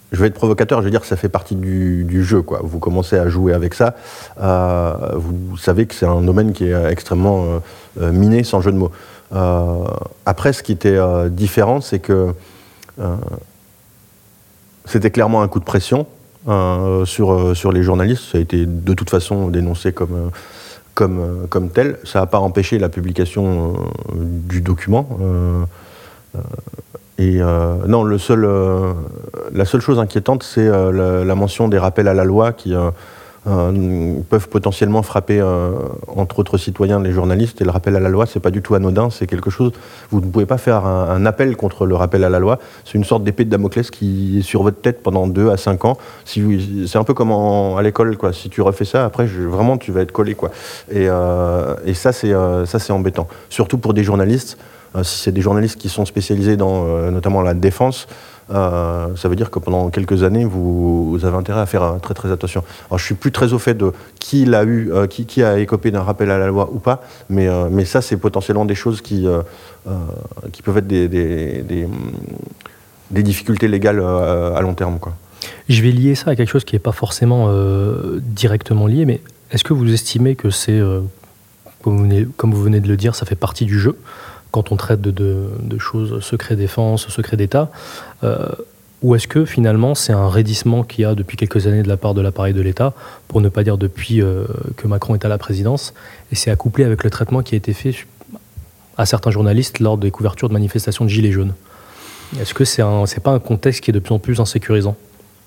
je vais être provocateur, je vais dire que ça fait partie du, du jeu, quoi. Vous commencez à jouer avec ça, euh, vous savez que c'est un domaine qui est extrêmement euh, miné, sans jeu de mots. Euh, après, ce qui était euh, différent, c'est que euh, c'était clairement un coup de pression euh, sur, euh, sur les journalistes. Ça a été de toute façon dénoncé comme, euh, comme, euh, comme tel. Ça n'a pas empêché la publication euh, du document. Euh, euh, et euh, non, le seul, euh, la seule chose inquiétante, c'est euh, la, la mention des rappels à la loi qui euh, euh, peuvent potentiellement frapper, euh, entre autres citoyens, les journalistes. Et le rappel à la loi, c'est pas du tout anodin, c'est quelque chose... Vous ne pouvez pas faire un, un appel contre le rappel à la loi. C'est une sorte d'épée de Damoclès qui est sur votre tête pendant deux à cinq ans. Si vous, c'est un peu comme en, à l'école, quoi. Si tu refais ça, après, je, vraiment, tu vas être collé, quoi. Et, euh, et ça, c'est, euh, ça, c'est embêtant. Surtout pour des journalistes. Euh, si c'est des journalistes qui sont spécialisés dans euh, notamment la défense, euh, ça veut dire que pendant quelques années, vous, vous avez intérêt à faire euh, très très attention. Alors je suis plus très au fait de qui l'a eu, euh, qui, qui a écopé d'un rappel à la loi ou pas, mais, euh, mais ça c'est potentiellement des choses qui, euh, euh, qui peuvent être des, des, des, des difficultés légales euh, à long terme, quoi.
Je vais lier ça à quelque chose qui n'est pas forcément euh, directement lié, mais est-ce que vous estimez que c'est, euh, comme, vous venez, comme vous venez de le dire, ça fait partie du jeu quand on traite de, de, de choses secret défense, secret d'État, euh, ou est-ce que finalement c'est un raidissement qu'il y a depuis quelques années de la part de l'appareil de l'État, pour ne pas dire depuis euh, que Macron est à la présidence, et c'est accouplé avec le traitement qui a été fait à certains journalistes lors des couvertures de manifestations de Gilets jaunes? Est-ce que c'est un, c'est pas un contexte qui est de plus en plus insécurisant?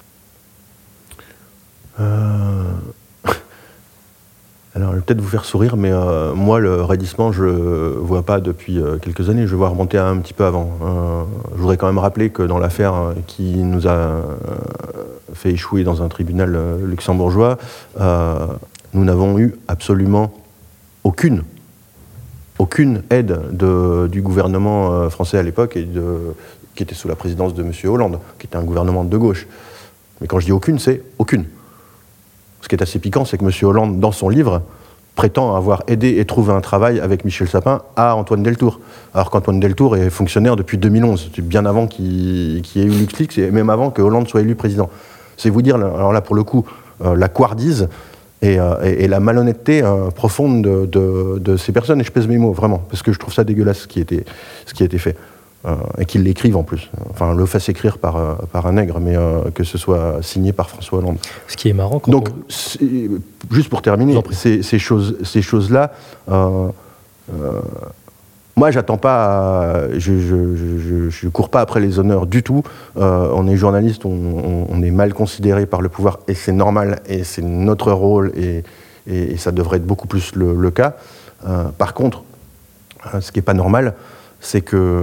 euh... Alors, je vais peut-être vous faire sourire, mais euh, moi, le raidissement, je ne le vois pas depuis euh, quelques années. Je le vois remonter un petit peu avant. Euh, je voudrais quand même rappeler que dans l'affaire euh, qui nous a euh, fait échouer dans un tribunal euh, luxembourgeois, euh, nous n'avons eu absolument aucune, aucune aide de, du gouvernement euh, français à l'époque, et de, qui était sous la présidence de M. Hollande, qui était un gouvernement de gauche. Mais quand je dis aucune, c'est aucune. Ce qui est assez piquant, c'est que M. Hollande, dans son livre, prétend avoir aidé et trouvé un travail avec Michel Sapin à Antoine Deltour. Alors qu'Antoine Deltour est fonctionnaire depuis deux mille onze, c'est bien avant qu'il, qu'il y ait eu LuxLeaks, et même avant que Hollande soit élu président. C'est vous dire, alors là, pour le coup, euh, la couardise et, euh, et, et la malhonnêteté euh, profonde de, de, de ces personnes, et je pèse mes mots, vraiment, parce que je trouve ça dégueulasse ce qui, était, ce qui a été fait. Euh, et qu'ils l'écrivent en plus, enfin le fassent écrire par, euh, par un nègre, mais euh, que ce soit signé par François Hollande.
Ce qui est marrant quand
Donc,
on...
juste pour terminer, ces, ces, choses, ces choses-là, euh, euh, moi j'attends pas, je je ne cours pas après les honneurs du tout. Euh, on est journaliste, on, on, on est mal considéré par le pouvoir, et c'est normal, et c'est notre rôle, et, et, et ça devrait être beaucoup plus le, le cas. Euh, par contre, ce qui n'est pas normal, c'est que,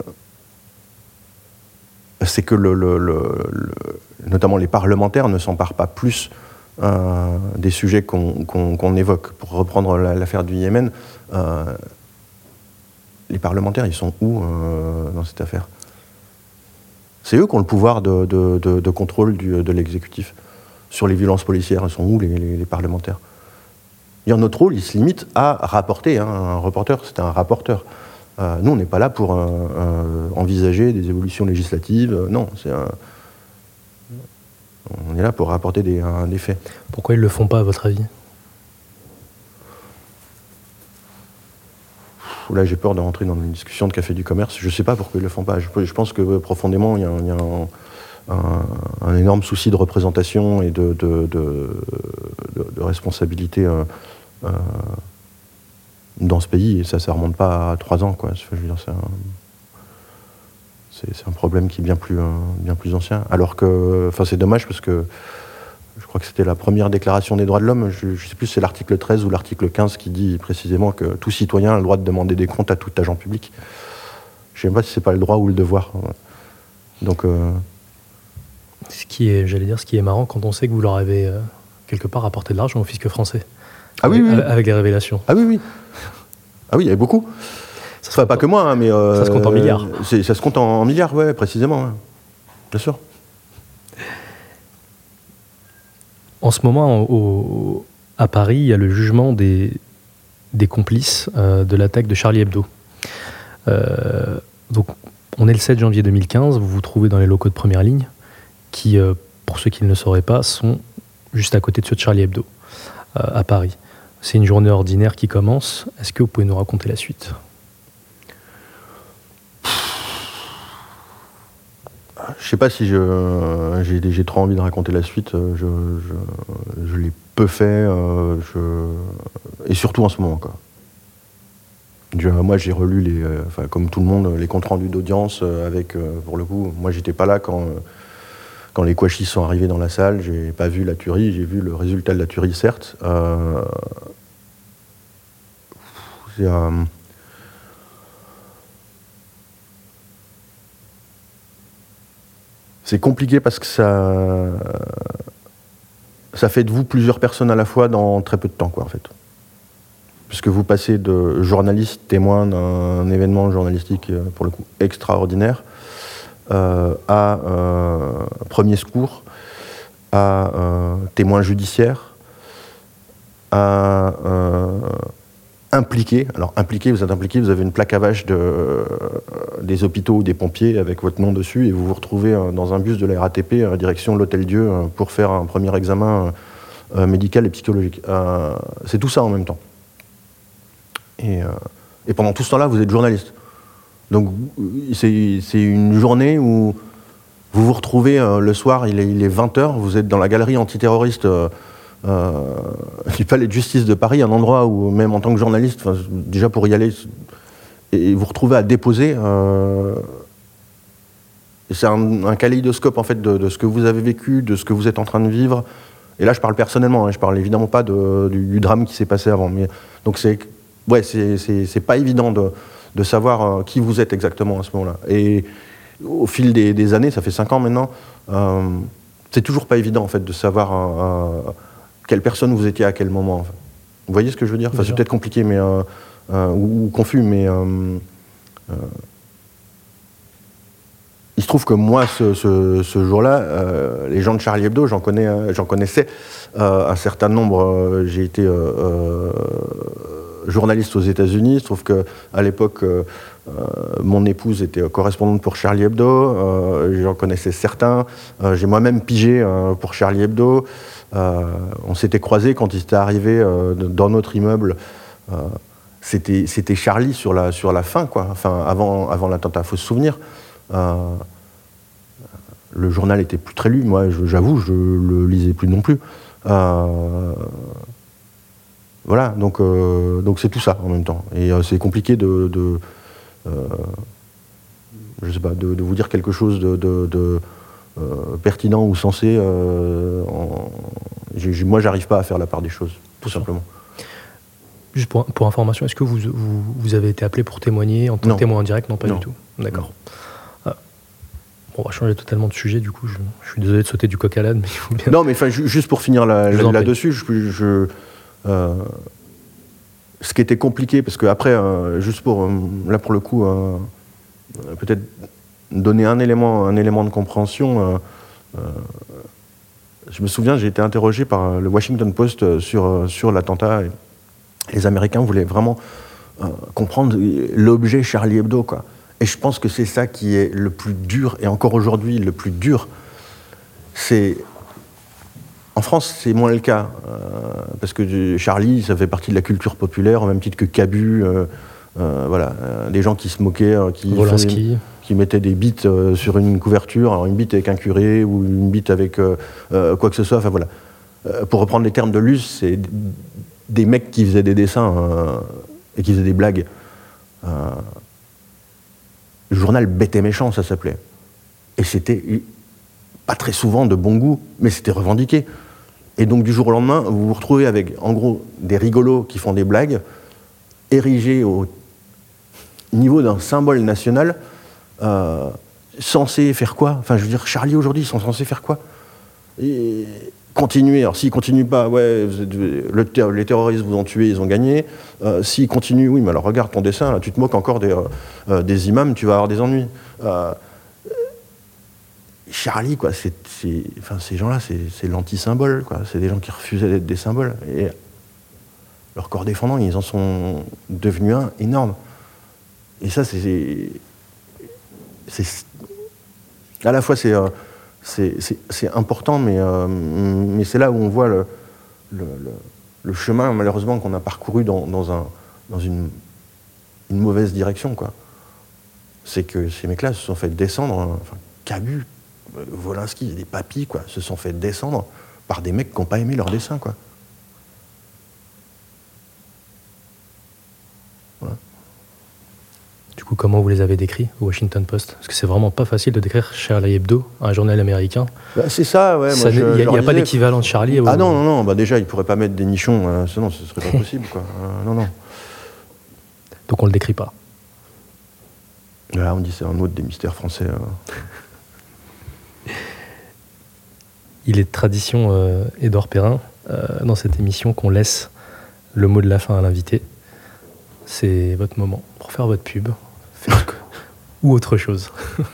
c'est que le, le, le, le, notamment les parlementaires ne s'emparent pas plus euh, des sujets qu'on, qu'on, qu'on évoque. Pour reprendre la, l'affaire du Yémen, euh, les parlementaires, ils sont où euh, dans cette affaire? C'est eux qui ont le pouvoir de, de, de, de contrôle du, de l'exécutif. Sur les violences policières, ils sont où les, les, les parlementaires? Et notre rôle, il se limite à rapporter. Hein. Un reporter, c'est un rapporteur. Euh, nous, on n'est pas là pour euh, euh, envisager des évolutions législatives. Euh, non, c'est un... on est là pour rapporter des, un, des faits.
Pourquoi ils ne le font pas, à votre avis?
Là, j'ai peur de rentrer dans une discussion de café du commerce. Je ne sais pas pourquoi ils ne le font pas. Je, je pense que profondément, il y a, il y a un, un, un énorme souci de représentation et de, de, de, de, de responsabilité euh, euh, dans ce pays, et ça, ça remonte pas à trois ans, quoi. Je veux dire, c'est un, c'est, c'est un problème qui est bien plus, euh, bien plus ancien. Alors que, enfin, c'est dommage parce que je crois que c'était la première déclaration des droits de l'homme. Je ne sais plus si c'est l'article treize ou l'article quinze qui dit précisément que tout citoyen a le droit de demander des comptes à tout agent public. Je ne sais même pas si c'est pas le droit ou le devoir. Donc, euh...
ce qui est, j'allais dire, ce qui est marrant quand on sait que vous leur avez euh, quelque part apporté de l'argent au fisc français.
Ah oui,
avec,
oui.
Avec les révélations.
Ah oui, oui. Ah oui, il y avait beaucoup. Ça se fait pas que moi, hein, mais... Euh,
ça se compte en milliards.
C'est, ça se compte en, en milliards, ouais, précisément. Ouais. Bien sûr.
En ce moment, au, à Paris, il y a le jugement des, des complices euh, de l'attaque de Charlie Hebdo. Euh, donc, on est le sept janvier deux mille quinze, vous vous trouvez dans les locaux de première ligne. qui, euh, pour ceux qui ne le sauraient pas, sont juste à côté de ceux de Charlie Hebdo, euh, à Paris. C'est une journée ordinaire qui commence. Est-ce que vous pouvez nous raconter la suite ?
Je sais pas si je, j'ai, j'ai trop envie de raconter la suite. Je, je, je l'ai peu fait, euh, je, et surtout en ce moment, quoi. Je, moi, j'ai relu, les, euh, enfin, comme tout le monde, les comptes rendus d'audience avec, euh, pour le coup, moi, j'étais pas là quand, euh, quand les Kouachis sont arrivés dans la salle. J'ai pas vu la tuerie, j'ai vu le résultat de la tuerie, certes. Euh, c'est, euh, C'est compliqué parce que ça, ça fait de vous plusieurs personnes à la fois dans très peu de temps, quoi, en fait. Puisque vous passez de journaliste témoin d'un événement journalistique, pour le coup, extraordinaire, euh, à euh, premier secours, à euh, témoin judiciaire, à euh, impliqué. Alors impliqué, vous êtes impliqué, vous avez une plaque à vache de, euh, des hôpitaux ou des pompiers avec votre nom dessus et vous vous retrouvez euh, dans un bus de la R A T P euh, direction l'Hôtel-Dieu euh, pour faire un premier examen euh, médical et psychologique. Euh, c'est tout ça en même temps. Et, euh, et pendant tout ce temps-là, vous êtes journaliste. Donc c'est, c'est une journée où vous vous retrouvez euh, le soir, il est, il est vingt heures, vous êtes dans la galerie antiterroriste euh, Euh, du palais de justice de Paris, un endroit où même en tant que journaliste, déjà pour y aller, et vous retrouvez à déposer, euh, c'est un, un kaléidoscope en fait de, de ce que vous avez vécu, de ce que vous êtes en train de vivre. Et là, je parle personnellement, hein, je parle évidemment pas de, du, du drame qui s'est passé avant. Mais donc c'est, ouais, c'est, c'est, c'est pas évident de, de savoir euh, qui vous êtes exactement à ce moment-là. Et au fil des, des années, ça fait cinq ans maintenant, euh, c'est toujours pas évident en fait de savoir. Euh, quelle personne vous étiez à quel moment. Enfin. Vous voyez ce que je veux dire ? Enfin, c'est peut-être compliqué mais, euh, euh, ou, ou confus, mais euh, euh, il se trouve que moi, ce, ce, ce jour-là, euh, les gens de Charlie Hebdo, j'en, connais, euh, j'en connaissais euh, un certain nombre. Euh, j'ai été euh, euh, journaliste aux États-Unis. Il se trouve qu'à l'époque, euh, mon épouse était correspondante pour Charlie Hebdo. Euh, j'en connaissais certains. Euh, j'ai moi-même pigé euh, pour Charlie Hebdo. Euh, on s'était croisés quand il était arrivé euh, dans notre immeuble. Euh, c'était, c'était Charlie sur la, sur la fin, quoi. Enfin, avant, avant l'attentat, il faut se souvenir. Euh, le journal était plus très lu. Moi, je, j'avoue, je le lisais plus non plus. Euh, voilà, donc, euh, donc c'est tout ça en même temps. Et euh, c'est compliqué de, de euh, je sais pas, de, de vous dire quelque chose de, de, de Euh, pertinent ou sensé, euh, en... j'ai, moi j'arrive pas à faire la part des choses, tout simplement.
Juste pour, pour information, est-ce que vous, vous, vous avez été appelé pour témoigner en tant que témoin en direct ? Non, pas non. du tout. D'accord. Ah. Bon, on va changer totalement de sujet, du coup, je, je suis désolé de sauter du coq à l'âne, mais il faut bien...
Non, mais juste pour finir là, là, là-dessus, je, je, euh, ce qui était compliqué, parce qu'après, euh, juste pour, euh, là pour le coup, euh, peut-être donner un élément, un élément de compréhension. Euh, euh, je me souviens, j'ai été interrogé par le Washington Post sur, sur l'attentat. Et les Américains voulaient vraiment euh, comprendre l'objet Charlie Hebdo, quoi. Et je pense que c'est ça qui est le plus dur, et encore aujourd'hui le plus dur. C'est... En France, c'est moins le cas, euh, parce que Charlie, ça fait partie de la culture populaire, au même titre que Cabu, euh, euh, voilà, euh, des gens qui se moquaient, euh, qui...
Volinsky.
qui mettaient des bits euh, sur une couverture, alors une bite avec un curé ou une bite avec euh, euh, quoi que ce soit, enfin voilà. Euh, pour reprendre les termes de Luce, c'est des mecs qui faisaient des dessins euh, et qui faisaient des blagues. Euh, le journal Bête et Méchant, ça s'appelait. Et c'était pas très souvent de bon goût, mais c'était revendiqué. Et donc du jour au lendemain, vous vous retrouvez avec, en gros, des rigolos qui font des blagues, érigés au niveau d'un symbole national. Euh, censés faire quoi ? Enfin, je veux dire, Charlie aujourd'hui, ils sont censés faire quoi ? Et continuer. Alors, s'ils continuent pas, ouais, vous êtes, le ter- les terroristes vous ont tué, ils ont gagné. Euh, s'ils continuent, oui, mais alors regarde ton dessin, là, tu te moques encore des, euh, des imams, tu vas avoir des ennuis. Euh, Charlie, quoi, c'est, c'est, enfin, ces gens-là, c'est, c'est l'anti-symbole, quoi. C'est des gens qui refusaient d'être des symboles. Et leur corps défendant, ils en sont devenus un énorme. Et ça, c'est. c'est à la fois, c'est, euh, c'est, c'est, c'est important, mais, euh, mais c'est là où on voit le, le, le, le chemin, malheureusement, qu'on a parcouru dans, dans, un, dans une, une mauvaise direction, quoi. C'est que ces mecs-là se sont fait descendre, hein, enfin, Cabu, Wolinski, des papis, quoi, se sont fait descendre par des mecs qui n'ont pas aimé leur dessin, quoi. Voilà.
Du coup, comment vous les avez décrits au Washington Post? Parce que c'est vraiment pas facile de décrire Charlie Hebdo, un journal américain.
Bah, c'est ça, ouais.
Il n'y a, a pas d'équivalent de Charlie.
Ah
ou...
non, non, non, bah déjà, ils ne pourraient pas mettre des nichons, euh, sinon ce serait pas possible, quoi. Euh, non, non.
Donc on le décrit pas.
Là, on dit c'est un autre des mystères français. Euh.
Il est de tradition, euh, Édouard Perrin, euh, dans cette émission, qu'on laisse le mot de la fin à l'invité. C'est votre moment pour faire votre pub. Ou autre chose.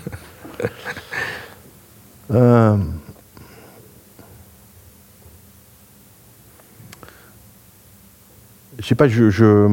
euh... Je sais pas, je, je...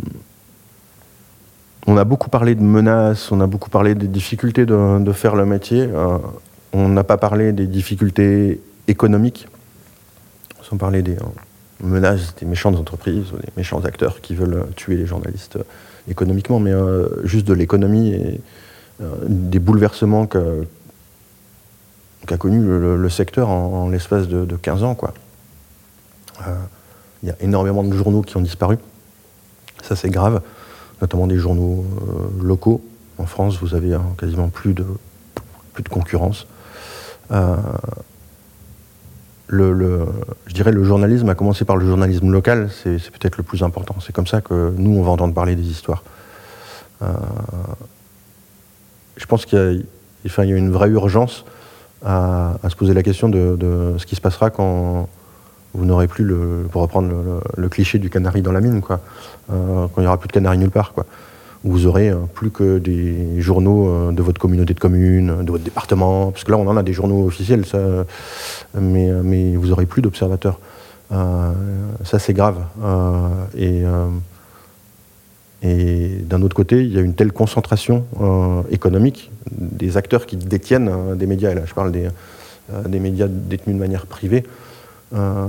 on a beaucoup parlé de menaces, on a beaucoup parlé des difficultés de, de faire le métier. Euh, on n'a pas parlé des difficultés économiques, sans parler des euh, menaces des méchantes entreprises, des méchants acteurs qui veulent tuer les journalistes euh, économiquement, mais euh, juste de l'économie et euh, des bouleversements que, qu'a connu le, le secteur en, en l'espace de, de quinze ans, quoi. Euh, il y a énormément de journaux qui ont disparu. Ça, c'est grave, notamment des journaux euh, locaux. En France, vous avez hein, quasiment plus de, plus de concurrence. Euh, le, le, je dirais le journalisme, à commencer par le journalisme local, c'est, c'est peut-être le plus important. C'est comme ça que nous, on va entendre parler des histoires. Euh, je pense qu'il y a, enfin, il y a une vraie urgence à, à se poser la question de, de ce qui se passera quand vous n'aurez plus, le, pour reprendre le, le, le cliché du canari dans la mine, quoi. Euh, quand il n'y aura plus de canari nulle part, quoi. Vous aurez euh, plus que des journaux euh, de votre communauté de communes, de votre département, parce que là on en a des journaux officiels, ça, mais, mais vous n'aurez plus d'observateurs. Euh, ça c'est grave. Euh, et, euh, et d'un autre côté, il y a une telle concentration euh, économique des acteurs qui détiennent euh, des médias, et là je parle des, euh, des médias détenus de manière privée. Euh,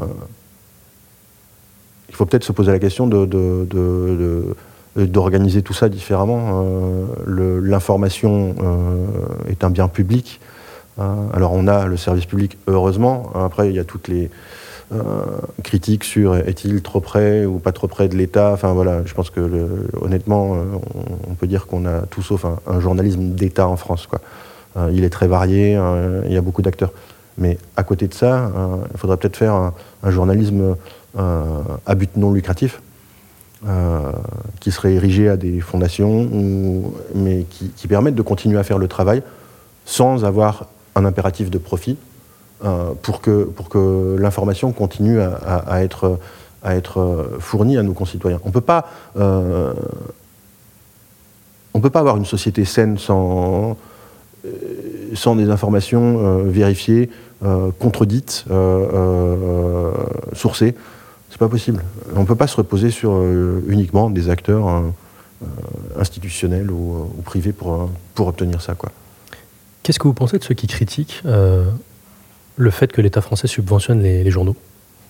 il faut peut-être se poser la question de, de, de, de, d'organiser tout ça différemment. Euh, le, l'information euh, est un bien public. Euh, alors on a le service public, heureusement. Après, il y a toutes les euh, critiques sur est-il trop près ou pas trop près de l'État. Enfin voilà, je pense que le, honnêtement, on, on peut dire qu'on a tout sauf un, un journalisme d'État en France, quoi. Euh, il est très varié, euh, il y a beaucoup d'acteurs. Mais à côté de ça, euh, il faudrait peut-être faire un, un journalisme euh, à but non lucratif, euh, qui serait érigé à des fondations, ou, mais qui, qui permettent de continuer à faire le travail sans avoir un impératif de profit, euh, pour que, pour que l'information continue à, à, à, être, à être fournie à nos concitoyens. On ne peut pas, euh, on peut pas avoir une société saine sans, sans des informations euh, vérifiées, Euh, contredites, euh, euh, sourcées. C'est pas possible. On ne peut pas se reposer sur euh, uniquement des acteurs euh, institutionnels ou, ou privés pour, pour obtenir ça, quoi.
Qu'est-ce que vous pensez de ceux qui critiquent euh, le fait que l'État français subventionne les, les journaux?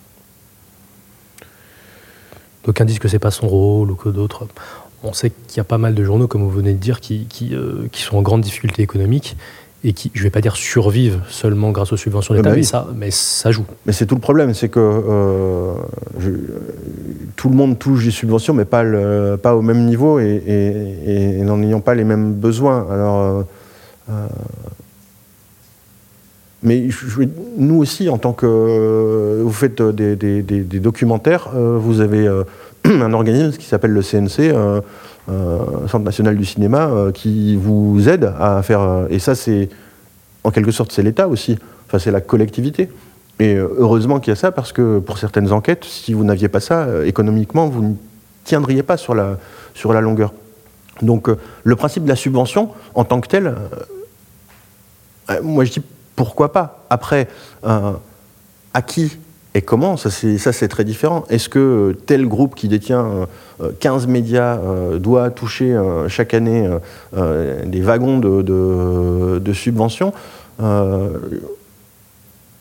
D'aucuns disent que c'est pas son rôle ou que d'autres. On sait qu'il y a pas mal de journaux, comme vous venez de dire, qui, qui, euh, qui sont en grande difficulté économique et qui, je ne vais pas dire survivent seulement grâce aux subventions de l'État, mais, oui. mais, ça, mais ça joue.
Mais c'est tout le problème, c'est que euh, je, tout le monde touche des subventions, mais pas, le, pas au même niveau et, et, et n'en ayant pas les mêmes besoins. Alors, euh, euh, mais je, nous aussi, en tant que... Vous faites des, des, des, des documentaires, euh, vous avez euh, un organisme qui s'appelle le C N C, euh, Euh, Centre national du cinéma, euh, qui vous aide à faire... Euh, et ça, c'est... En quelque sorte, c'est l'État aussi. Enfin, c'est la collectivité. Et euh, heureusement qu'il y a ça, parce que pour certaines enquêtes, si vous n'aviez pas ça, euh, économiquement, vous ne tiendriez pas sur la, sur la longueur. Donc, euh, le principe de la subvention, en tant que tel, euh, euh, moi, je dis pourquoi pas. Après, euh, à qui et comment, ça c'est, ça c'est très différent. Est-ce que tel groupe qui détient euh, quinze médias euh, doit toucher euh, chaque année euh, des wagons de, de, de subventions? euh,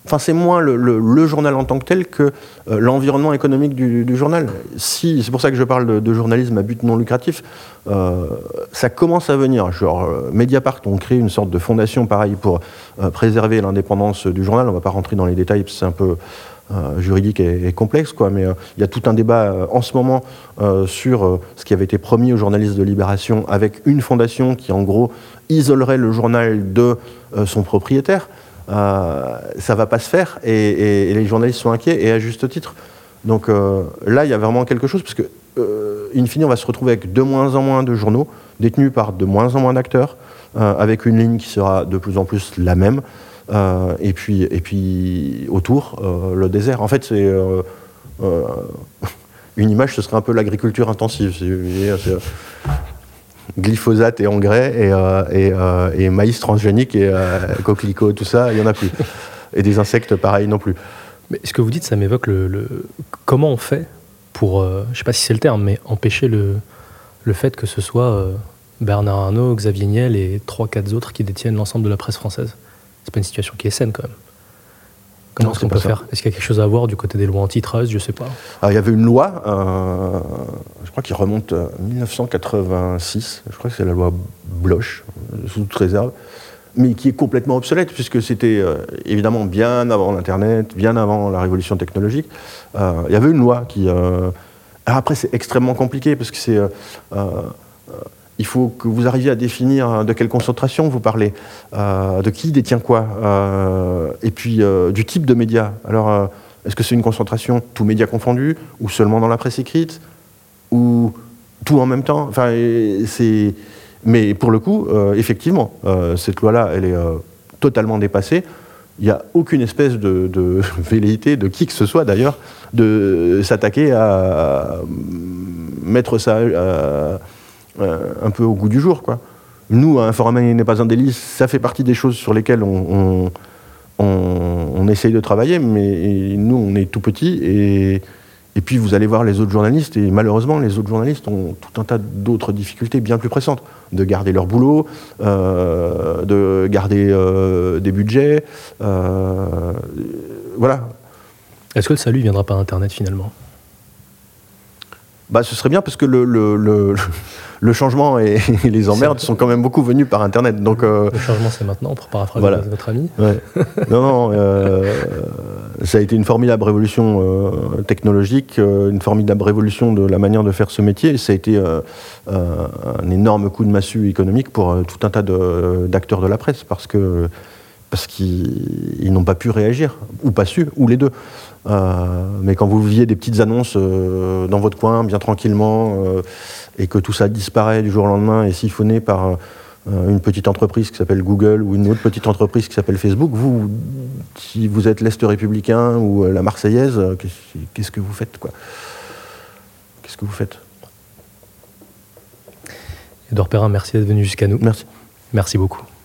Enfin, c'est moins le, le, le journal en tant que tel que euh, l'environnement économique du, du journal. Si, c'est pour ça que je parle de, de journalisme à but non lucratif. Euh, ça commence à venir. Genre, euh, Mediapart ont créé une sorte de fondation, pareil, pour euh, préserver l'indépendance du journal. On ne va pas rentrer dans les détails, parce que c'est un peu euh, juridique et, et complexe, quoi. Mais il euh, y a tout un débat euh, en ce moment euh, sur euh, ce qui avait été promis aux journalistes de Libération, avec une fondation qui, en gros, isolerait le journal de euh, son propriétaire. Euh, ça ne va pas se faire et, et, et les journalistes sont inquiets et à juste titre. Donc euh, là, il y a vraiment quelque chose parce que, euh, in fine, on va se retrouver avec de moins en moins de journaux détenus par de moins en moins d'acteurs, euh, avec une ligne qui sera de plus en plus la même. Euh, et, puis, et puis autour, euh, le désert. En fait, c'est euh, euh, une image, ce serait un peu l'agriculture intensive. C'est, c'est, glyphosate et engrais et, euh, et, euh, et maïs transgénique et euh, coquelicots, tout ça, il n'y en a plus. Et des insectes, pareil, non plus.
Mais ce que vous dites, ça m'évoque le, le... comment on fait pour, euh, je ne sais pas si c'est le terme, mais empêcher le, le fait que ce soit euh, Bernard Arnault, Xavier Niel et trois quatre autres qui détiennent l'ensemble de la presse française. C'est pas une situation qui est saine, quand même. Comment est-ce qu'on peut faire ? Est-ce qu'il y a quelque chose à voir du côté des lois antitrust ? Je ne sais pas.
Alors, il y avait une loi, euh, je crois qu'il remonte à dix-neuf cent quatre-vingt-six, je crois que c'est la loi Bloch, sous toute réserve, mais qui est complètement obsolète, puisque c'était euh, évidemment bien avant l'Internet, bien avant la révolution technologique. Euh, il y avait une loi qui... Euh, alors après, c'est extrêmement compliqué, parce que c'est... Euh, euh, il faut que vous arriviez à définir de quelle concentration vous parlez, euh, de qui détient quoi, euh, et puis euh, du type de média. Alors, euh, est-ce que c'est une concentration tous médias confondus, ou seulement dans la presse écrite, ou tout en même temps ? Enfin, c'est... Mais pour le coup, euh, effectivement, euh, cette loi-là, elle est euh, totalement dépassée. Il n'y a aucune espèce de, de velléité de qui que ce soit, d'ailleurs, de s'attaquer à mettre ça... À, un peu au goût du jour, quoi. Nous, un forum n'est pas un délice, ça fait partie des choses sur lesquelles on, on, on, on essaye de travailler, mais nous, on est tout petits, et, et puis vous allez voir les autres journalistes, et malheureusement, les autres journalistes ont tout un tas d'autres difficultés bien plus pressantes, de garder leur boulot, euh, de garder euh, des budgets, euh, voilà.
Est-ce que le salut ne viendra pas Internet, finalement ?
Bah, ce serait bien, parce que le... le, le Le changement et les emmerdes sont quand même beaucoup venus par Internet. Donc, euh,
le changement, c'est maintenant, pour paraphraser voilà. votre ami.
Ouais. Non, non, euh, ça a été une formidable révolution euh, technologique, euh, une formidable révolution de la manière de faire ce métier. Et ça a été euh, euh, un énorme coup de massue économique pour euh, tout un tas de, d'acteurs de la presse, parce que parce qu'ils ils n'ont pas pu réagir, ou pas su, ou les deux. Euh, mais quand vous viviez des petites annonces euh, dans votre coin, bien tranquillement, euh, et que tout ça disparaît du jour au lendemain et siphonné par euh, une petite entreprise qui s'appelle Google ou une autre petite entreprise qui s'appelle Facebook, vous, si vous êtes l'Est républicain ou la Marseillaise, qu'est-ce que vous faites, quoi ? Qu'est-ce que vous faites ?
Édouard Perrin, merci d'être venu jusqu'à nous.
Merci.
Merci beaucoup.